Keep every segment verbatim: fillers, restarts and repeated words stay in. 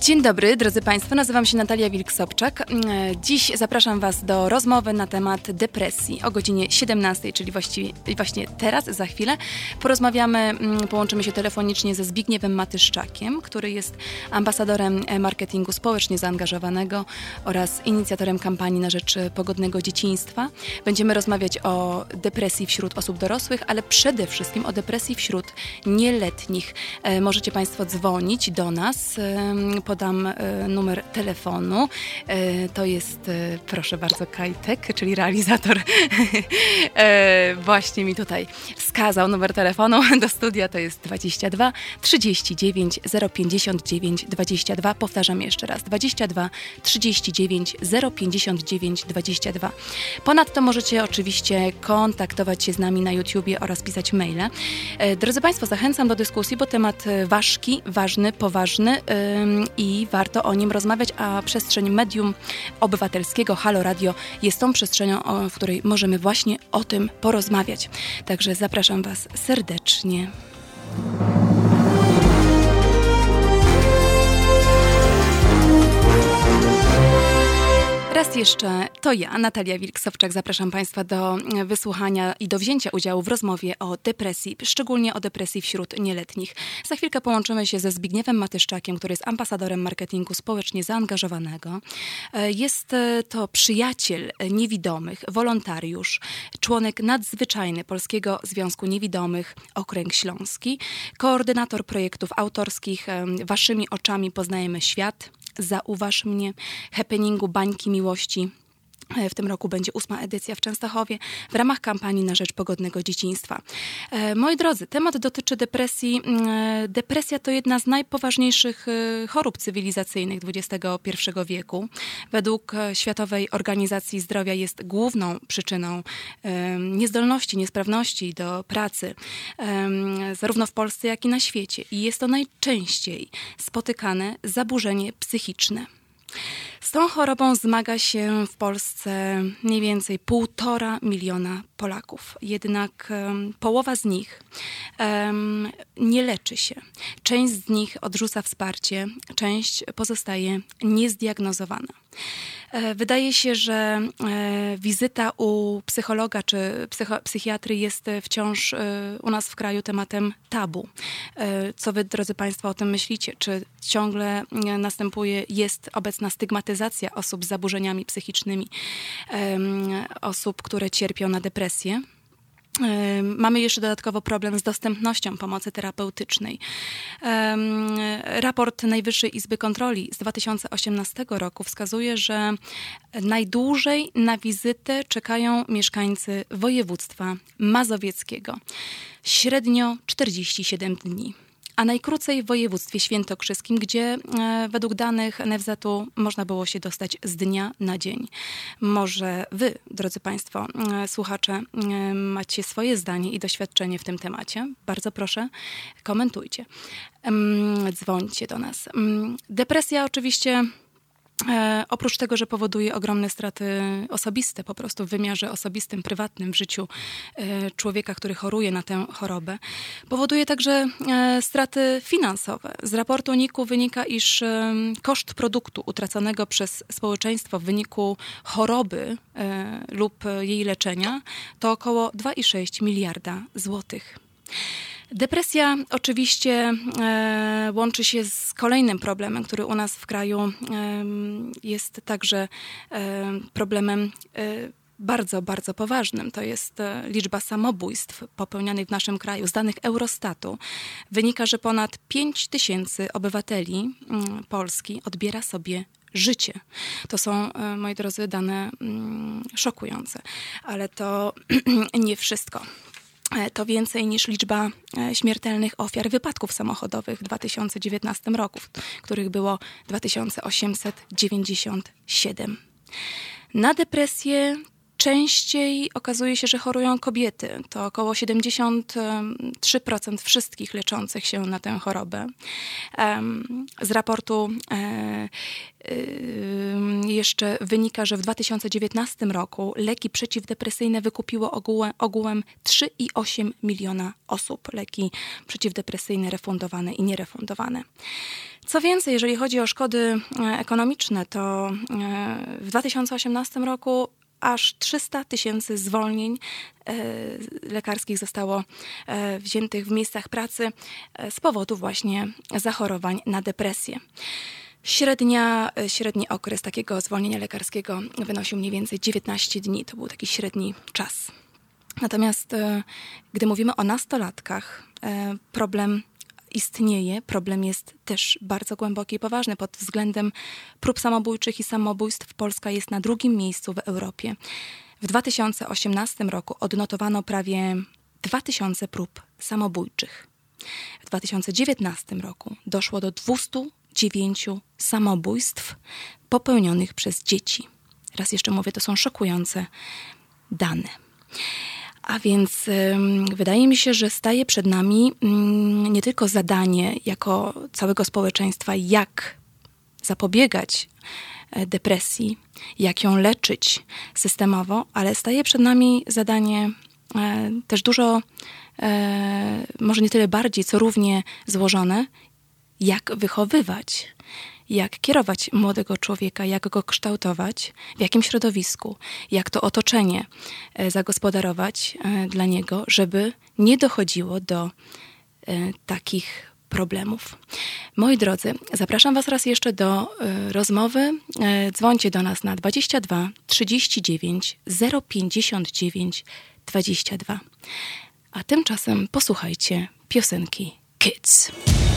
Dzień dobry, drodzy Państwo, nazywam się Natalia Wilk-Sobczak. Dziś zapraszam Was do rozmowy na temat depresji o godzinie siedemnastej, czyli właściwie właśnie teraz, za chwilę. Porozmawiamy, połączymy się telefonicznie ze Zbigniewem Matyszczakiem, który jest ambasadorem marketingu społecznie zaangażowanego oraz inicjatorem kampanii na rzecz pogodnego dzieciństwa. Będziemy rozmawiać o depresji wśród osób dorosłych, ale przede wszystkim o depresji wśród nieletnich. Możecie Państwo dzwonić do nas. Podam e, numer telefonu. E, to jest, e, proszę bardzo, Kajtek, czyli realizator e, właśnie mi tutaj wskazał numer telefonu do studia. To jest dwadzieścia dwa trzydzieści dziewięć zero pięćdziesiąt dziewięć dwadzieścia dwa. Powtarzam jeszcze raz. dwadzieścia dwa trzydzieści dziewięć zero pięćdziesiąt dziewięć dwadzieścia dwa. Ponadto możecie oczywiście kontaktować się z nami na YouTubie oraz pisać maile. E, drodzy Państwo, zachęcam do dyskusji, bo temat ważki, ważny, poważny ym, i warto o nim rozmawiać, a przestrzeń medium obywatelskiego Halo Radio jest tą przestrzenią, o, w której możemy właśnie o tym porozmawiać. Także zapraszam Was serdecznie. Raz jeszcze to ja, Natalia Wilk-Sobczak, zapraszam Państwa do wysłuchania i do wzięcia udziału w rozmowie o depresji, szczególnie o depresji wśród nieletnich. Za chwilkę połączymy się ze Zbigniewem Matyszczakiem, który jest ambasadorem marketingu społecznie zaangażowanego. Jest to przyjaciel niewidomych, wolontariusz, członek nadzwyczajny Polskiego Związku Niewidomych Okręg Śląski, koordynator projektów autorskich Waszymi oczami poznajemy świat, Zauważ mnie, happeningu Bańki Miłości. W tym roku będzie ósma edycja w Częstochowie w ramach kampanii na rzecz pogodnego dzieciństwa. Moi drodzy, temat dotyczy depresji. Depresja to jedna z najpoważniejszych chorób cywilizacyjnych dwudziestego pierwszego wieku. Według Światowej Organizacji Zdrowia jest główną przyczyną niezdolności, niesprawności do pracy, zarówno w Polsce, jak i na świecie. I jest to najczęściej spotykane zaburzenie psychiczne. Z tą chorobą zmaga się w Polsce mniej więcej półtora miliona Polaków. Jednak um, połowa z nich um, nie leczy się. Część z nich odrzuca wsparcie, część pozostaje niezdiagnozowana. Wydaje się, że wizyta u psychologa czy psycho- psychiatry jest wciąż u nas w kraju tematem tabu. Co wy, drodzy Państwo, o tym myślicie? Czy ciągle następuje, jest obecna stygmatyzacja osób z zaburzeniami psychicznymi, osób, które cierpią na depresję? Mamy jeszcze dodatkowo problem z dostępnością pomocy terapeutycznej. Raport Najwyższej Izby Kontroli z dwa tysiące osiemnastego roku wskazuje, że najdłużej na wizytę czekają mieszkańcy województwa mazowieckiego. Średnio czterdzieści siedem dni. A najkrócej w województwie świętokrzyskim, gdzie e, według danych N F Z u można było się dostać z dnia na dzień. Może wy, drodzy Państwo, e, słuchacze, e, macie swoje zdanie i doświadczenie w tym temacie. Bardzo proszę, komentujcie. E, dzwońcie do nas. E, depresja oczywiście... E, oprócz tego, że powoduje ogromne straty osobiste, po prostu w wymiarze osobistym, prywatnym w życiu e, człowieka, który choruje na tę chorobę, powoduje także e, straty finansowe. Z raportu N I K u wynika, iż e, koszt produktu utraconego przez społeczeństwo w wyniku choroby e, lub jej leczenia to około dwa i sześć miliarda złotych. Depresja oczywiście e, łączy się z kolejnym problemem, który u nas w kraju e, jest także e, problemem e, bardzo, bardzo poważnym. To jest e, liczba samobójstw popełnianych w naszym kraju. Z danych Eurostatu wynika, że ponad pięć tysięcy obywateli m, Polski odbiera sobie życie. To są, e, moi drodzy, dane m, szokujące. Ale to nie wszystko. To więcej niż liczba śmiertelnych ofiar wypadków samochodowych w dwa tysiące dziewiętnastym roku, których było dwa tysiące osiemset dziewięćdziesiąt siedem. Na depresję Częściej okazuje się, że chorują kobiety. To około siedemdziesiąt trzy procent wszystkich leczących się na tę chorobę. Z raportu jeszcze wynika, że w dwa tysiące dziewiętnastym roku leki przeciwdepresyjne wykupiło ogółem, ogółem trzy i osiem miliona osób. Leki przeciwdepresyjne refundowane i nierefundowane. Co więcej, jeżeli chodzi o szkody ekonomiczne, to w dwa tysiące osiemnastym roku aż trzysta tysięcy zwolnień lekarskich zostało wziętych w miejscach pracy z powodu właśnie zachorowań na depresję. Średnia, średni okres takiego zwolnienia lekarskiego wynosił mniej więcej dziewiętnaście dni. To był taki średni czas. Natomiast gdy mówimy o nastolatkach, problem istnieje. Problem jest też bardzo głęboki i poważny pod względem prób samobójczych i samobójstw. Polska jest na drugim miejscu w Europie. W dwa tysiące osiemnastym roku odnotowano prawie dwa tysiące prób samobójczych. W dwa tysiące dziewiętnastym roku doszło do dwieście dziewięć samobójstw popełnionych przez dzieci. Raz jeszcze mówię, to są szokujące dane. A więc ym, wydaje mi się, że staje przed nami ym, nie tylko zadanie jako całego społeczeństwa, jak zapobiegać e, depresji, jak ją leczyć systemowo, ale staje przed nami zadanie e, też dużo, e, może nie tyle bardziej, co równie złożone, jak wychowywać, jak kierować młodego człowieka, jak go kształtować, w jakim środowisku, jak to otoczenie zagospodarować dla niego, żeby nie dochodziło do takich problemów. Moi drodzy, zapraszam Was raz jeszcze do rozmowy. Dzwońcie do nas na dwadzieścia dwa trzydzieści dziewięć zero pięćdziesiąt dziewięć dwadzieścia dwa. A tymczasem posłuchajcie piosenki Kids.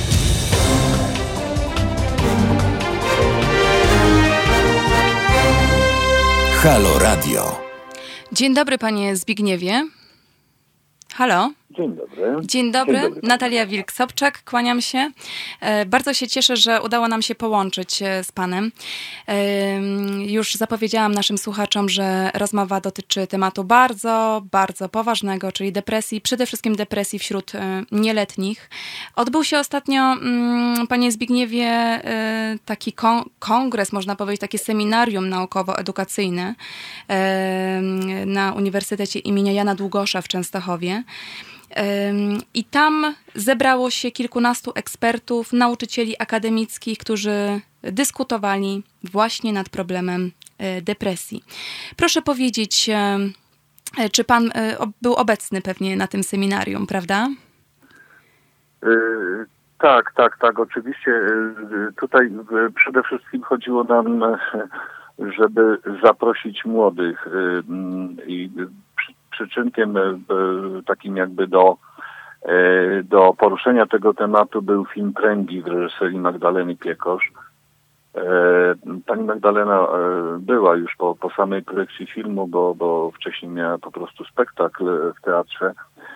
Halo Radio. Dzień dobry, panie Zbigniewie. Halo. Dzień dobry. Dzień dobry. Dzień dobry. Natalia Wilk-Sobczak, kłaniam się. Bardzo się cieszę, że udało nam się połączyć z panem. Już zapowiedziałam naszym słuchaczom, że rozmowa dotyczy tematu bardzo, bardzo poważnego, czyli depresji, przede wszystkim depresji wśród nieletnich. Odbył się ostatnio, panie Zbigniewie, taki kon- kongres, można powiedzieć, takie seminarium naukowo-edukacyjne na Uniwersytecie imienia Jana Długosza w Częstochowie. I tam zebrało się kilkunastu ekspertów, nauczycieli akademickich, którzy dyskutowali właśnie nad problemem depresji. Proszę powiedzieć, czy pan był obecny pewnie na tym seminarium, prawda? Yy, tak, tak, tak, oczywiście. Yy, tutaj yy, przede wszystkim chodziło nam, yy, żeby zaprosić młodych yy, i yy, przyczynkiem takim jakby do, do poruszenia tego tematu był film Pręgi w reżyserii Magdaleny Piekosz. Pani Magdalena była już po, po samej projekcji filmu, bo, bo wcześniej miała po prostu spektakl w teatrze.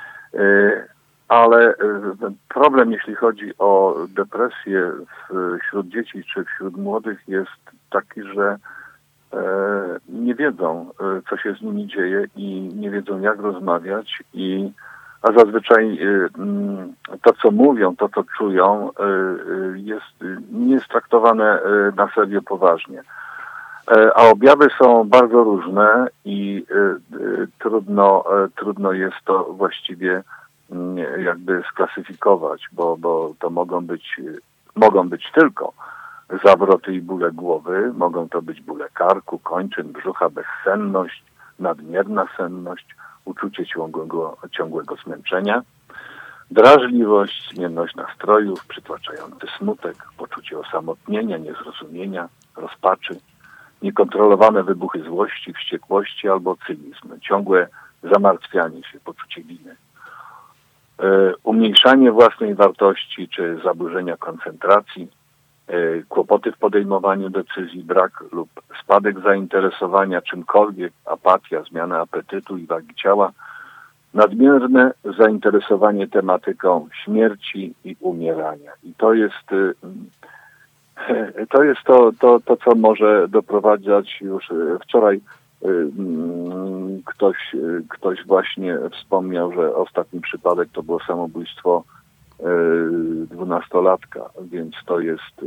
Ale problem, jeśli chodzi o depresję wśród dzieci czy wśród młodych, jest taki, że nie wiedzą, co się z nimi dzieje i nie wiedzą, jak rozmawiać, i a zazwyczaj to, co mówią, to, co czują, jest, nie jest traktowane na serio poważnie. A objawy są bardzo różne i trudno, trudno jest to właściwie jakby sklasyfikować, bo, bo to mogą być, mogą być tylko zawroty i bóle głowy, mogą to być bóle karku, kończyn, brzucha, bezsenność, nadmierna senność, uczucie ciągłego, ciągłego zmęczenia, drażliwość, zmienność nastrojów, przytłaczający smutek, poczucie osamotnienia, niezrozumienia, rozpaczy, niekontrolowane wybuchy złości, wściekłości albo cynizmu, ciągłe zamartwianie się, poczucie winy, y, umniejszanie własnej wartości czy zaburzenia koncentracji, kłopoty w podejmowaniu decyzji, brak lub spadek zainteresowania czymkolwiek, apatia, zmiana apetytu i wagi ciała, nadmierne zainteresowanie tematyką śmierci i umierania. I to jest to, jest to, to, to co może doprowadzać. Już wczoraj Ktoś, ktoś właśnie wspomniał, że ostatni przypadek to było samobójstwo dwunastolatka, więc to jest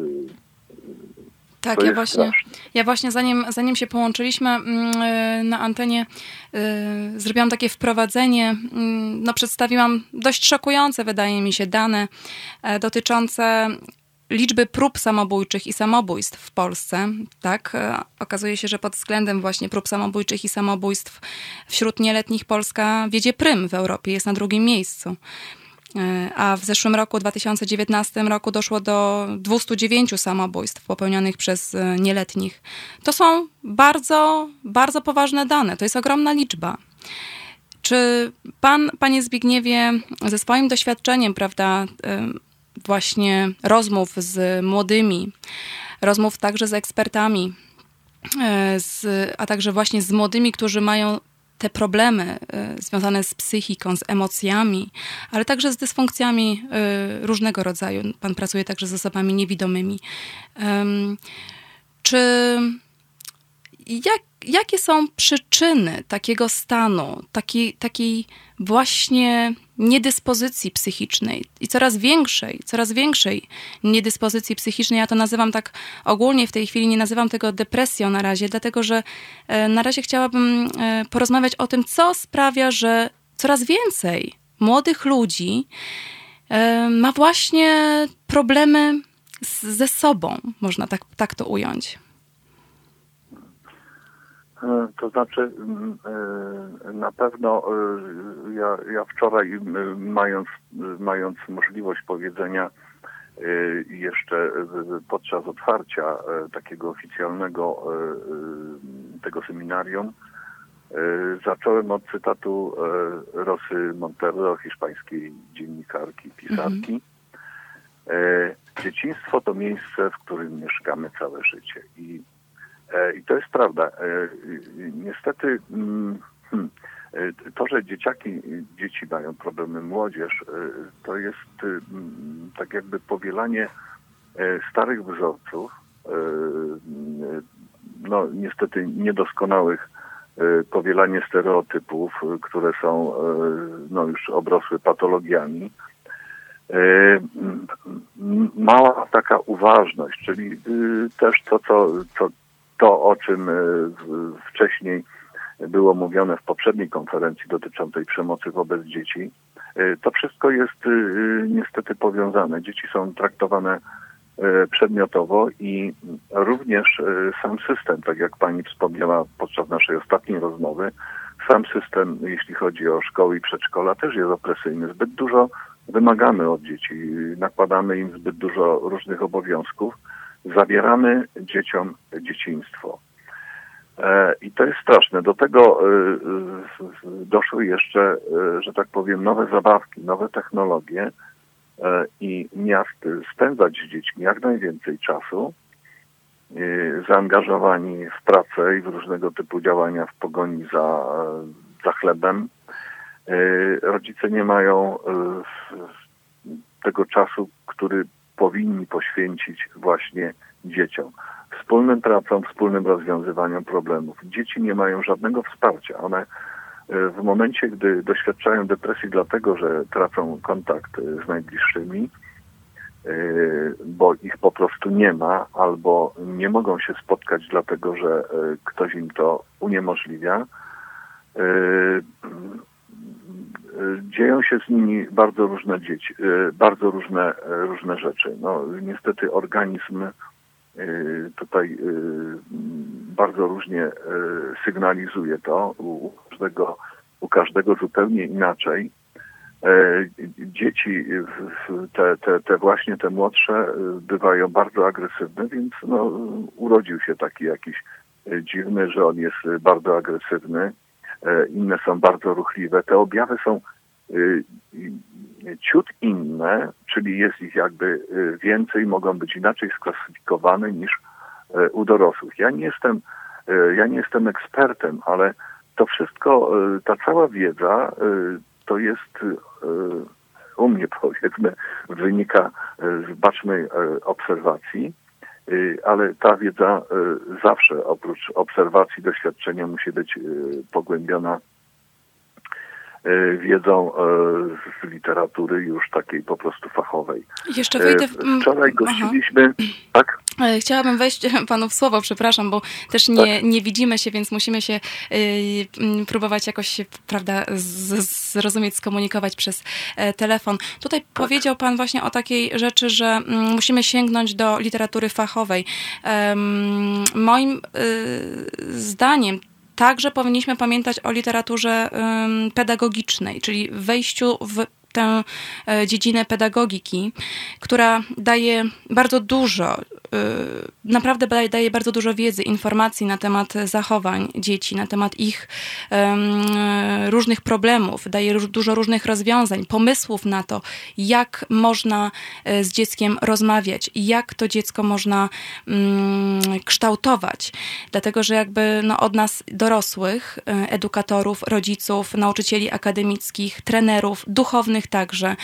Tak, to ja jest właśnie, straszne. ja właśnie zanim, zanim się połączyliśmy na antenie, yy, zrobiłam takie wprowadzenie, yy, no przedstawiłam dość szokujące, wydaje mi się, dane yy, dotyczące liczby prób samobójczych i samobójstw w Polsce, tak? Okazuje się, że pod względem właśnie prób samobójczych i samobójstw wśród nieletnich Polska wiedzie prym w Europie, jest na drugim miejscu. A w zeszłym roku, dwa tysiące dziewiętnastym roku, doszło do dwieście dziewięć samobójstw popełnionych przez nieletnich. To są bardzo, bardzo poważne dane. To jest ogromna liczba. Czy pan, panie Zbigniewie, ze swoim doświadczeniem, prawda, właśnie rozmów z młodymi, rozmów także z ekspertami, z, a także właśnie z młodymi, którzy mają te problemy y, związane z psychiką, z emocjami, ale także z dysfunkcjami y, różnego rodzaju. Pan pracuje także z osobami niewidomymi. Um, czy jak, jakie są przyczyny takiego stanu, takiej, takiej właśnie niedyspozycji psychicznej i coraz większej, coraz większej niedyspozycji psychicznej? Ja to nazywam tak ogólnie w tej chwili, nie nazywam tego depresją na razie, dlatego że na razie chciałabym porozmawiać o tym, co sprawia, że coraz więcej młodych ludzi ma właśnie problemy z, ze sobą, można tak, tak to ująć. To znaczy, na pewno ja, ja wczoraj, mając, mając możliwość powiedzenia jeszcze podczas otwarcia takiego oficjalnego tego seminarium, zacząłem od cytatu Rosy Montero, hiszpańskiej dziennikarki, pisarki. Mhm. Dzieciństwo to miejsce, w którym mieszkamy całe życie. I I to jest prawda. Niestety to, że dzieciaki, dzieci mają problemy, młodzież, to jest tak jakby powielanie starych wzorców, no niestety niedoskonałych, powielanie stereotypów, które są no już obrosłe patologiami. Mała taka uważność, czyli też to, co, co To, o czym wcześniej było mówione w poprzedniej konferencji dotyczącej przemocy wobec dzieci, to wszystko jest niestety powiązane. Dzieci są traktowane przedmiotowo i również sam system, tak jak pani wspomniała podczas naszej ostatniej rozmowy, sam system, jeśli chodzi o szkoły i przedszkola, też jest opresyjny. Zbyt dużo wymagamy od dzieci, nakładamy im zbyt dużo różnych obowiązków. Zabieramy dzieciom dzieciństwo. E, I to jest straszne. Do tego e, doszły jeszcze, e, że tak powiem, nowe zabawki, nowe technologie e, i miast spędzać z dziećmi jak najwięcej czasu, e, zaangażowani w pracę i w różnego typu działania w pogoni za, za chlebem. E, rodzice nie mają e, tego czasu, który powinni poświęcić właśnie dzieciom. Wspólnym pracom, wspólnym rozwiązywaniom problemów. Dzieci nie mają żadnego wsparcia. One w momencie, gdy doświadczają depresji dlatego, że tracą kontakt z najbliższymi, bo ich po prostu nie ma, albo nie mogą się spotkać dlatego, że ktoś im to uniemożliwia, dzieją się z nimi bardzo różne dzieci, bardzo różne, różne rzeczy. No, niestety organizm tutaj bardzo różnie sygnalizuje to, u każdego, u każdego zupełnie inaczej. Dzieci, te, te, te właśnie te młodsze, bywają bardzo agresywne, więc no, urodził się taki jakiś dziwny, że on jest bardzo agresywny. Inne są bardzo ruchliwe. Te objawy są y, y, ciut inne, czyli jest ich jakby y, więcej, mogą być inaczej sklasyfikowane niż y, u dorosłych. Ja nie jestem, y, ja nie jestem ekspertem, ale to wszystko, y, ta cała wiedza y, to jest y, u mnie, powiedzmy, wynika z bacznej y, obserwacji ale ta wiedza zawsze oprócz obserwacji, doświadczenia musi być pogłębiona wiedzą z literatury już takiej po prostu fachowej. Jeszcze wejdę w... Wczoraj gościliśmy... Aha. Tak? Chciałabym wejść panu w słowo, przepraszam, bo też nie, tak. nie widzimy się, więc musimy się y, próbować jakoś, prawda, z, zrozumieć, skomunikować przez e, telefon. Tutaj tak. powiedział pan właśnie o takiej rzeczy, że m, musimy sięgnąć do literatury fachowej. Um, moim y, zdaniem także powinniśmy pamiętać o literaturze um, pedagogicznej, czyli wejściu w tę dziedzinę pedagogiki, która daje bardzo dużo, naprawdę daje bardzo dużo wiedzy, informacji na temat zachowań dzieci, na temat ich różnych problemów, daje dużo różnych rozwiązań, pomysłów na to, jak można z dzieckiem rozmawiać, jak to dziecko można kształtować. Dlatego, że jakby no, od nas dorosłych, edukatorów, rodziców, nauczycieli akademickich, trenerów, duchownych także,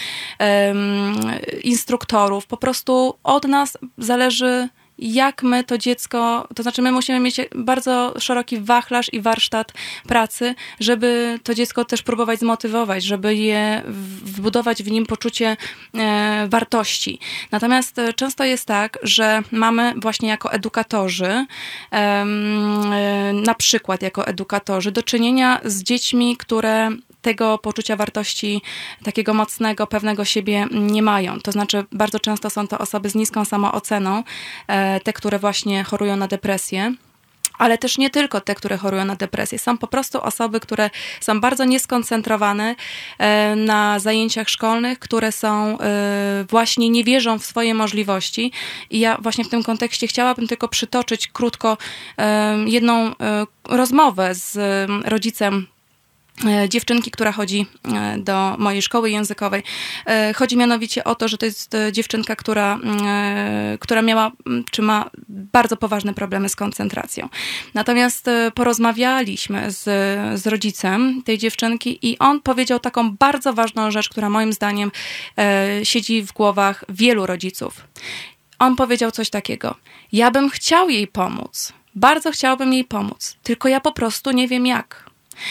instruktorów, po prostu od nas zależy, jak my to dziecko, to znaczy my musimy mieć bardzo szeroki wachlarz i warsztat pracy, żeby to dziecko też próbować zmotywować, żeby je wbudować w nim poczucie e, wartości. Natomiast często jest tak, że mamy właśnie jako edukatorzy, e, e, na przykład jako edukatorzy, do czynienia z dziećmi, które tego poczucia wartości takiego mocnego, pewnego siebie nie mają. To znaczy bardzo często są to osoby z niską samooceną, te, które właśnie chorują na depresję, ale też nie tylko te, które chorują na depresję. Są po prostu osoby, które są bardzo nieskoncentrowane na zajęciach szkolnych, które są właśnie, nie wierzą w swoje możliwości. I ja właśnie w tym kontekście chciałabym tylko przytoczyć krótko jedną rozmowę z rodzicem dziewczynki, która chodzi do mojej szkoły językowej. Chodzi mianowicie o to, że to jest dziewczynka, która, która miała, czy ma bardzo poważne problemy z koncentracją. Natomiast porozmawialiśmy z, z rodzicem tej dziewczynki i on powiedział taką bardzo ważną rzecz, która moim zdaniem siedzi w głowach wielu rodziców. On powiedział coś takiego: ja bym chciał jej pomóc, bardzo chciałbym jej pomóc, tylko ja po prostu nie wiem jak.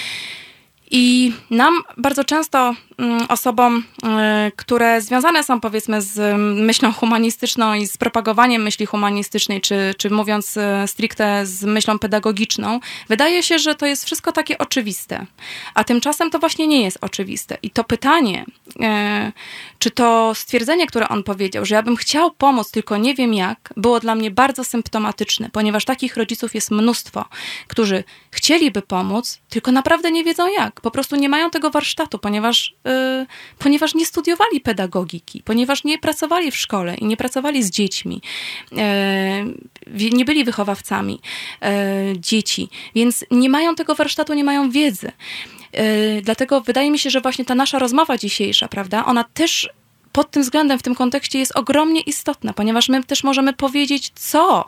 I nam bardzo często osobom, które związane są powiedzmy z myślą humanistyczną i z propagowaniem myśli humanistycznej, czy, czy mówiąc stricte z myślą pedagogiczną, wydaje się, że to jest wszystko takie oczywiste. A tymczasem to właśnie nie jest oczywiste. I to pytanie, czy to stwierdzenie, które on powiedział, że ja bym chciał pomóc, tylko nie wiem jak, było dla mnie bardzo symptomatyczne, ponieważ takich rodziców jest mnóstwo, którzy chcieliby pomóc, tylko naprawdę nie wiedzą jak. Po prostu nie mają tego warsztatu, ponieważ ponieważ nie studiowali pedagogiki, ponieważ nie pracowali w szkole i nie pracowali z dziećmi, nie byli wychowawcami dzieci, więc nie mają tego warsztatu, nie mają wiedzy. Dlatego wydaje mi się, że właśnie ta nasza rozmowa dzisiejsza, prawda, ona też pod tym względem w tym kontekście jest ogromnie istotna, ponieważ my też możemy powiedzieć, co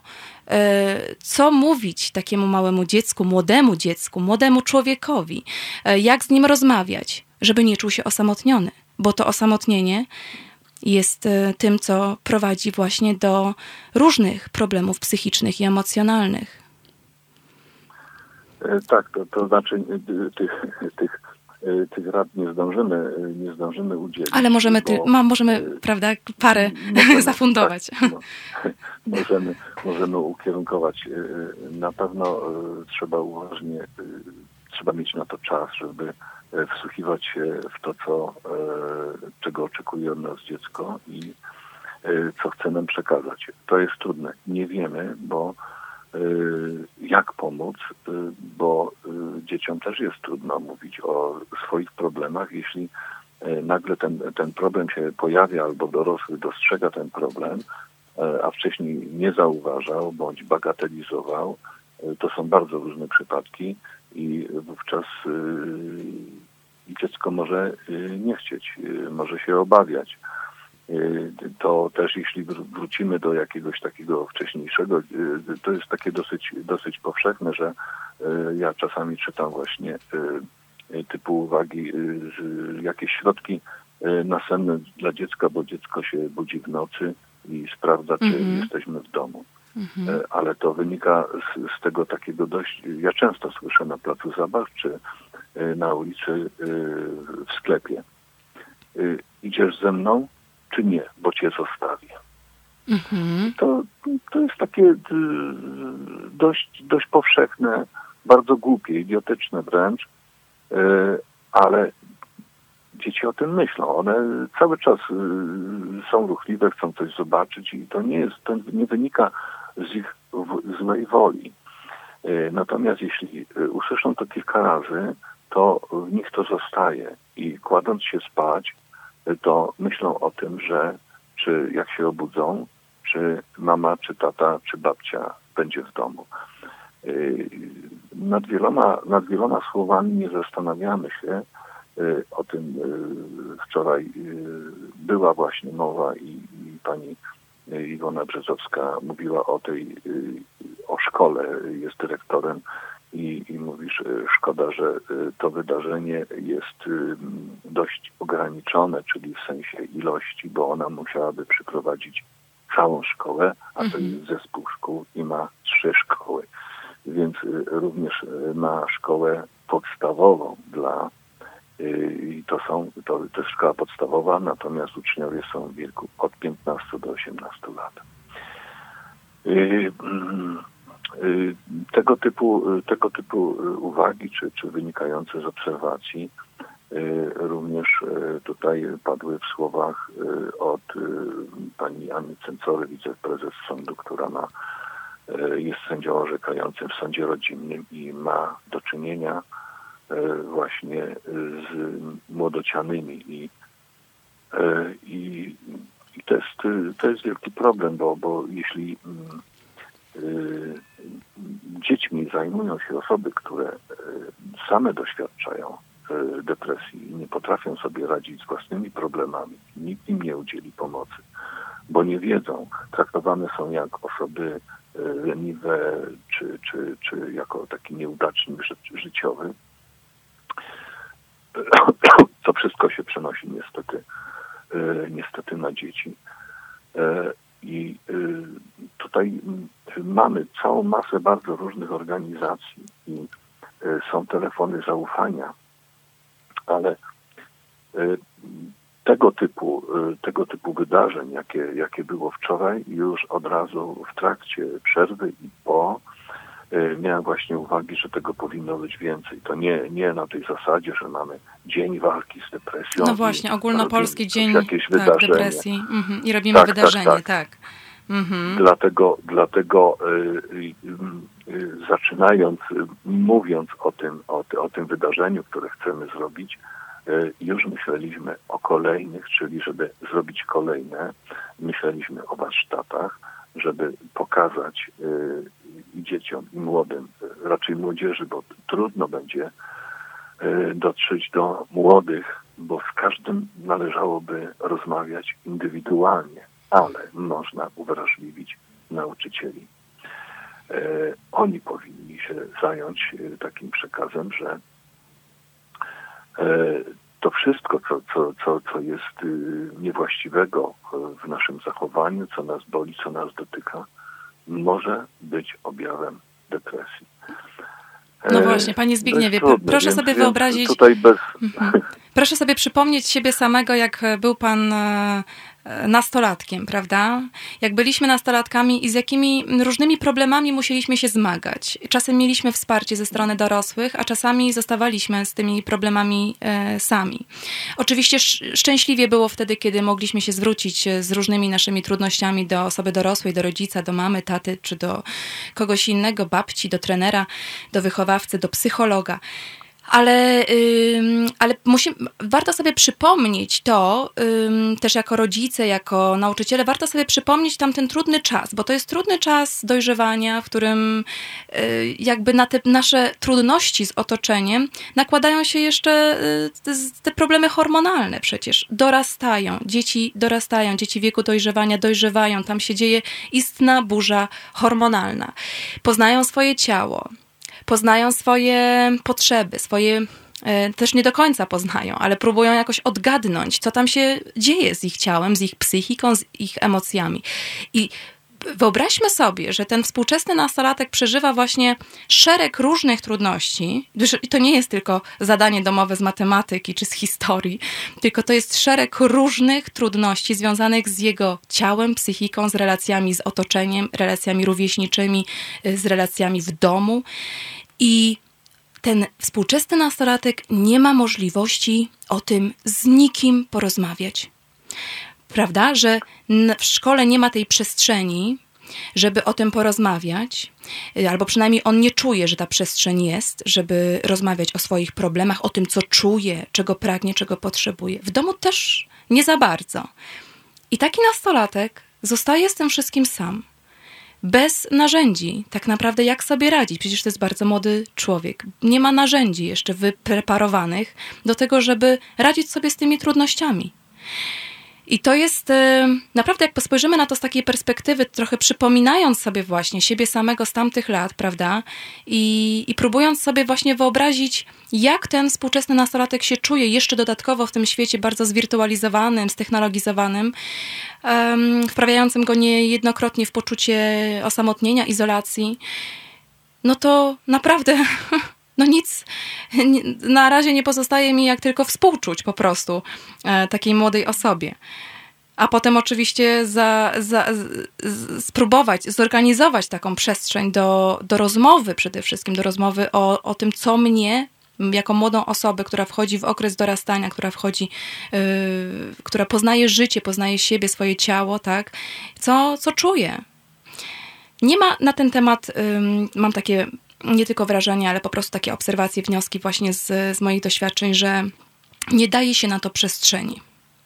co mówić takiemu małemu dziecku, młodemu dziecku, młodemu człowiekowi, jak z nim rozmawiać, żeby nie czuł się osamotniony, bo to osamotnienie jest tym, co prowadzi właśnie do różnych problemów psychicznych i emocjonalnych. Tak, to, to znaczy tych, tych, tych rad nie zdążymy, nie zdążymy udzielić. Ale możemy, ty, bo, ma, możemy prawda, parę możemy, zafundować. Tak, no, możemy, możemy ukierunkować. Na pewno trzeba uważnie, trzeba mieć na to czas, żeby wsłuchiwać się w to, co, czego oczekuje od nas dziecko i co chce nam przekazać. To jest trudne. Nie wiemy, bo jak pomóc, bo dzieciom też jest trudno mówić o swoich problemach, jeśli nagle ten, ten problem się pojawia albo dorosły dostrzega ten problem, a wcześniej nie zauważał bądź bagatelizował. To są bardzo różne przypadki i wówczas dziecko może nie chcieć, może się obawiać. To też jeśli wrócimy do jakiegoś takiego wcześniejszego, to jest takie dosyć, dosyć powszechne, że ja czasami czytam właśnie typu uwagi, jakieś środki nasenne dla dziecka, bo dziecko się budzi w nocy i sprawdza, czy mm-hmm. jesteśmy w domu. mhm. ale to wynika z, z tego takiego dość, ja często słyszę na placu zabaw, czy na ulicy w sklepie. Idziesz ze mną, czy nie, bo cię zostawię. Mhm. To, to jest takie dość, dość powszechne, bardzo głupie, idiotyczne wręcz, ale dzieci o tym myślą. One cały czas są ruchliwe, chcą coś zobaczyć i to nie jest, to nie wynika z ich złej woli. Natomiast jeśli usłyszą to kilka razy, to w nich to zostaje i kładąc się spać, to myślą o tym, że czy jak się obudzą, czy mama, czy tata, czy babcia będzie w domu. Nad wieloma, nad wieloma słowami nie zastanawiamy się. O tym wczoraj była właśnie mowa i, i pani Iwona Brzezowska mówiła o tej, o szkole, jest dyrektorem i, i mówisz, szkoda, że to wydarzenie jest dość ograniczone, czyli w sensie ilości, bo ona musiałaby przyprowadzić całą szkołę, a to jest zespół szkół i ma trzy szkoły. Więc również ma szkołę podstawową dla i to są, to, to jest szkoła podstawowa, natomiast uczniowie są w wieku od piętnastu do osiemnastu lat. Tego typu, tego typu uwagi, czy, czy wynikające z obserwacji również tutaj padły w słowach od pani Anny Cencory, wiceprezes sądu, która ma, jest sędzią orzekającym w sądzie rodzinnym i ma do czynienia właśnie z młodocianymi i, i, i to, jest, to jest wielki problem, bo, bo jeśli y, dziećmi zajmują się osoby, które same doświadczają depresji i nie potrafią sobie radzić z własnymi problemami, nikt im nie udzieli pomocy, bo nie wiedzą, traktowane są jak osoby leniwe, czy, czy, czy jako taki nieudacznik ży- życiowy, co wszystko się przenosi niestety, niestety na dzieci. I tutaj mamy całą masę bardzo różnych organizacji i są telefony zaufania, ale tego typu, tego typu wydarzeń, jakie, jakie było wczoraj, już od razu w trakcie przerwy i po miałem właśnie uwagi, że tego powinno być więcej. To nie, nie na tej zasadzie, że mamy Dzień Walki z Depresją. No właśnie, ogólnopolski Dzień tak, Depresji mhm. i robimy tak, wydarzenie, tak. tak. tak. Mhm. Dlatego, dlatego y, y, y, zaczynając, mówiąc o tym, o, o tym wydarzeniu, które chcemy zrobić, y, już myśleliśmy o kolejnych, czyli żeby zrobić kolejne. Myśleliśmy o warsztatach, żeby pokazać y, i dzieciom, i młodym, y, raczej młodzieży, bo trudno będzie y, dotrzeć do młodych, bo z każdym należałoby rozmawiać indywidualnie, ale można uwrażliwić nauczycieli. Y, oni powinni się zająć y, takim przekazem, że y, to wszystko, co, co, co, co jest y, niewłaściwego w naszym zachowaniu, co nas boli, co nas dotyka, może być objawem depresji. No właśnie, panie Zbigniewie, trudne, proszę więc, sobie więc wyobrazić... Tutaj bez... Proszę sobie przypomnieć siebie samego, jak był pan nastolatkiem, prawda? Jak byliśmy nastolatkami i z jakimi różnymi problemami musieliśmy się zmagać. Czasem mieliśmy wsparcie ze strony dorosłych, a czasami zostawaliśmy z tymi problemami e, sami. Oczywiście sz- szczęśliwie było wtedy, kiedy mogliśmy się zwrócić z różnymi naszymi trudnościami do osoby dorosłej, do rodzica, do mamy, taty, czy do kogoś innego, babci, do trenera, do wychowawcy, do psychologa. Ale, ym, ale musimy, warto sobie przypomnieć to, ym, też jako rodzice, jako nauczyciele, warto sobie przypomnieć tamten trudny czas, bo to jest trudny czas dojrzewania, w którym y, jakby na te nasze trudności z otoczeniem nakładają się jeszcze y, te problemy hormonalne przecież. Dorastają, dzieci dorastają, dzieci w wieku dojrzewania dojrzewają, tam się dzieje istna burza hormonalna. Poznają swoje ciało. Poznają swoje potrzeby, swoje e, też nie do końca poznają, ale próbują jakoś odgadnąć, co tam się dzieje z ich ciałem, z ich psychiką, z ich emocjami. I wyobraźmy sobie, że ten współczesny nastolatek przeżywa właśnie szereg różnych trudności. I to nie jest tylko zadanie domowe z matematyki czy z historii, tylko to jest szereg różnych trudności związanych z jego ciałem, psychiką, z relacjami z otoczeniem, relacjami rówieśniczymi, z relacjami w domu. I ten współczesny nastolatek nie ma możliwości o tym z nikim porozmawiać. Prawda? Że w szkole nie ma tej przestrzeni, żeby o tym porozmawiać, albo przynajmniej on nie czuje, że ta przestrzeń jest, żeby rozmawiać o swoich problemach, o tym, co czuje, czego pragnie, czego potrzebuje. W domu też nie za bardzo. I taki nastolatek zostaje z tym wszystkim sam. Bez narzędzi, tak naprawdę jak sobie radzić. Przecież to jest bardzo młody człowiek. Nie ma narzędzi jeszcze wypreparowanych do tego, żeby radzić sobie z tymi trudnościami. I to jest naprawdę, jak spojrzymy na to z takiej perspektywy, trochę przypominając sobie właśnie siebie samego z tamtych lat, prawda? I, i próbując sobie właśnie wyobrazić, jak ten współczesny nastolatek się czuje jeszcze dodatkowo w tym świecie bardzo zwirtualizowanym, ztechnologizowanym, um, wprawiającym go niejednokrotnie w poczucie osamotnienia, izolacji, no to naprawdę... No nic, na razie nie pozostaje mi jak tylko współczuć po prostu e, takiej młodej osobie. A potem oczywiście za, za, z, spróbować zorganizować taką przestrzeń do, do rozmowy przede wszystkim, do rozmowy o, o tym, co mnie, jako młodą osobę, która wchodzi w okres dorastania, która wchodzi, yy, która poznaje życie, poznaje siebie, swoje ciało, tak, co, co czuje. Nie ma na ten temat, yy, mam takie nie tylko wrażenie, ale po prostu takie obserwacje, wnioski właśnie z, z moich doświadczeń, że nie daje się na to przestrzeni.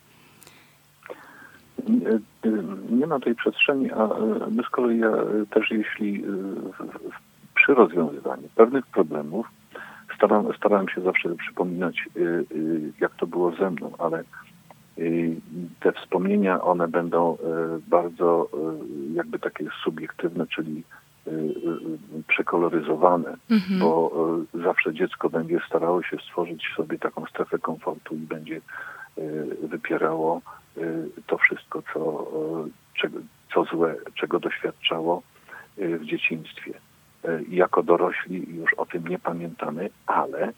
Nie, nie ma tej przestrzeni, a my z kolei ja też jeśli przy rozwiązywaniu pewnych problemów staram, starałem się zawsze przypominać, jak to było ze mną, ale te wspomnienia, one będą bardzo jakby takie subiektywne, czyli przekoloryzowane, mhm. bo zawsze dziecko będzie starało się stworzyć sobie taką strefę komfortu i będzie wypierało to wszystko, co, czego, co złe, czego doświadczało w dzieciństwie. Jako dorośli już o tym nie pamiętamy, ale